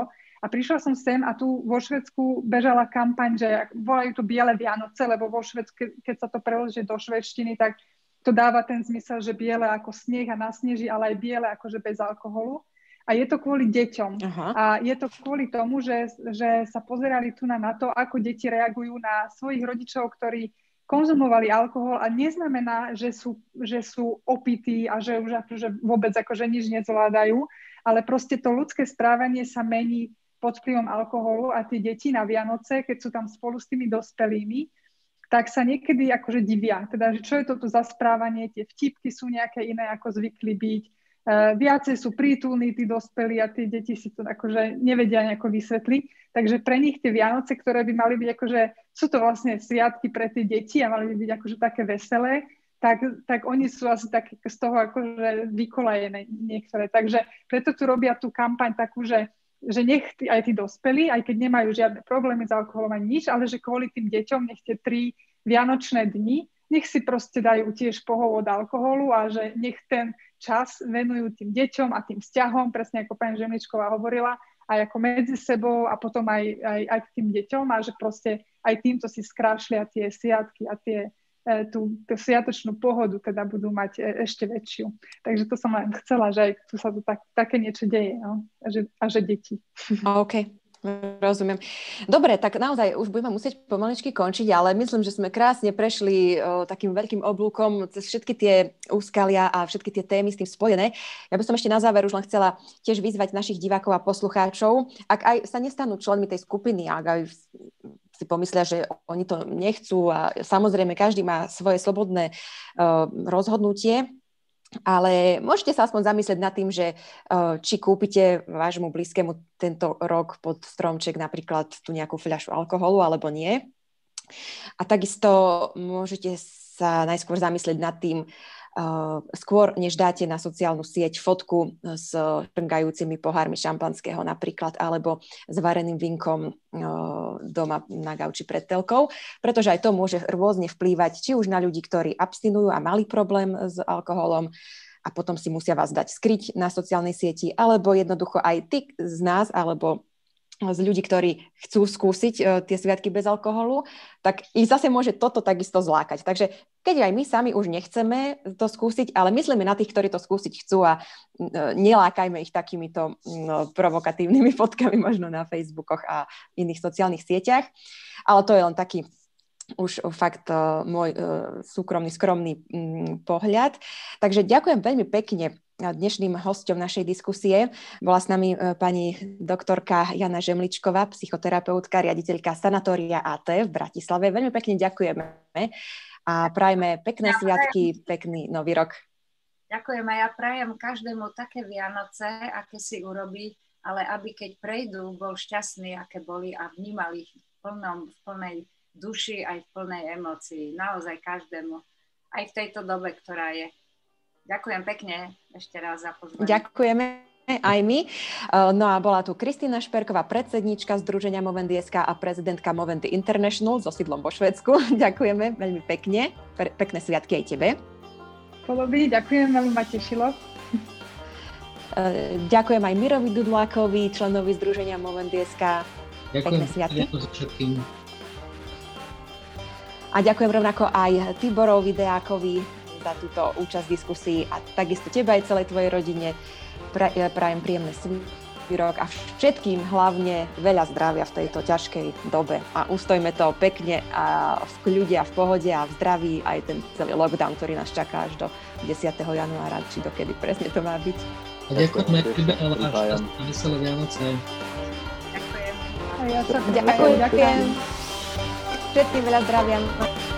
A prišla som sem a tu vo Švédsku bežala kampaň, že volajú to biele Vianoce, lebo vo Švédsku, keď sa to preloží do švédštiny, tak to dáva ten zmysel, že biele ako sneh a nasneží, ale aj biele akože bez alkoholu. A je to kvôli deťom. Aha. A je to kvôli tomu, že sa pozerali tu na to, ako deti reagujú na svojich rodičov, ktorí konzumovali alkohol, a neznamená, že sú opití a že už akože vôbec akože nič nezvládajú, ale proste to ľudské správanie sa mení pod vplyvom alkoholu a tie deti na Vianoce, keď sú tam spolu s tými dospelými, tak sa niekedy akože divia. Teda, že čo je toto za správanie, tie vtipky sú nejaké iné, ako zvykli byť. Viacej sú prítulní tí dospelí a tie deti si to akože nevedia nejako vysvetliť. Takže pre nich tie Vianoce, ktoré by mali byť akože, sú to vlastne sviatky pre tie deti a mali by byť akože také veselé, tak oni sú asi tak z toho akože vykolajené niektoré. Takže preto tu robia tú kampaň takú, že nech aj tí dospelí, aj keď nemajú žiadne problémy s alkoholom ani nič, ale že kvôli tým deťom nech tie 3 vianočné dni, nech si proste dajú tiež pohov od alkoholu a že nech ten čas venujú tým deťom a tým vzťahom, presne ako pani Žemličková hovorila, aj ako medzi sebou a potom aj k tým deťom, a že proste aj týmto si skrášlia tie sviatky a tú sviatočnú pohodu teda budú mať ešte väčšiu. Takže to som len chcela, že aj tu sa tu také niečo deje, no? a že deti. OK. Rozumiem. Dobre, tak naozaj už budeme musieť pomaličky končiť, ale myslím, že sme krásne prešli takým veľkým oblúkom cez všetky tie úskalia a všetky tie témy s tým spojené. Ja by som ešte na záver už len chcela tiež vyzvať našich divákov a poslucháčov, ak aj sa nestanú členmi tej skupiny, ak aj si pomyslia, že oni to nechcú, a samozrejme každý má svoje slobodné rozhodnutie, ale môžete sa aspoň zamyslieť nad tým, že či kúpite vášmu blízkemu tento rok pod stromček napríklad tú nejakú fľašu alkoholu alebo nie. A takisto môžete sa najskôr zamyslieť nad tým, skôr než dáte na sociálnu sieť fotku s štrngajúcimi pohármi šampanského napríklad, alebo s vareným vínkom doma na gauči pred telkou, pretože aj to môže rôzne vplývať či už na ľudí, ktorí abstinujú a mali problém s alkoholom a potom si musia vás dať skryť na sociálnej sieti, alebo jednoducho aj tí z nás, alebo z ľudí, ktorí chcú skúsiť tie sviatky bez alkoholu, tak ich zase môže toto takisto zlákať. Takže keď aj my sami už nechceme to skúsiť, ale myslíme na tých, ktorí to skúsiť chcú, a nelákajme ich takýmito provokatívnymi fotkami možno na Facebookoch a iných sociálnych sieťach. Ale to je len taký už fakt môj súkromný, skromný pohľad. Takže ďakujem veľmi pekne dnešným hosťom našej diskusie. Bola s nami pani doktorka Jana Žemličková, psychoterapeutka, riaditeľka sanatória AT v Bratislave. Veľmi pekne ďakujeme a prajme pekné sviatky, pekný nový rok. Ďakujem, a ja prajem každému také Vianoce, aké si urobí, ale aby keď prejdú, bol šťastný, aké boli, a vnímal ich v plnej duši, aj v plnej emócii. Naozaj každému. Aj v tejto dobe, ktorá je. Ďakujem pekne ešte raz za pozvanie. Ďakujeme aj my. No a bola tu Kristína Šperková, predsedníčka Združenia Movendy.sk a prezidentka Movendy International so sídlom vo Švédsku. Ďakujeme veľmi pekne. Pekné sviatky aj tebe. Podobne, ďakujem, veľmi ma tešilo. Ďakujem aj Mirovi Dudlákovi, členovi Združenia Movendy.sk. Pekné sviatky. Ďakujem všetkým. A ďakujem rovnako aj Tiborovi Deákovi za túto účasť v diskusii a takisto tebe aj celej tvojej rodine. Prajem príjemné rok a všetkým hlavne veľa zdravia v tejto ťažkej dobe. A ustojme to pekne a v kľude a v pohode a v zdraví aj ten celý lockdown, ktorý nás čaká až do 10. januára, či dokedy presne to má byť. A ďakujeme tebe, ale a šťastné a veselé Vianoce. Ďakujem. A ja sa Ďakujem. Všetkým veľa zdravia.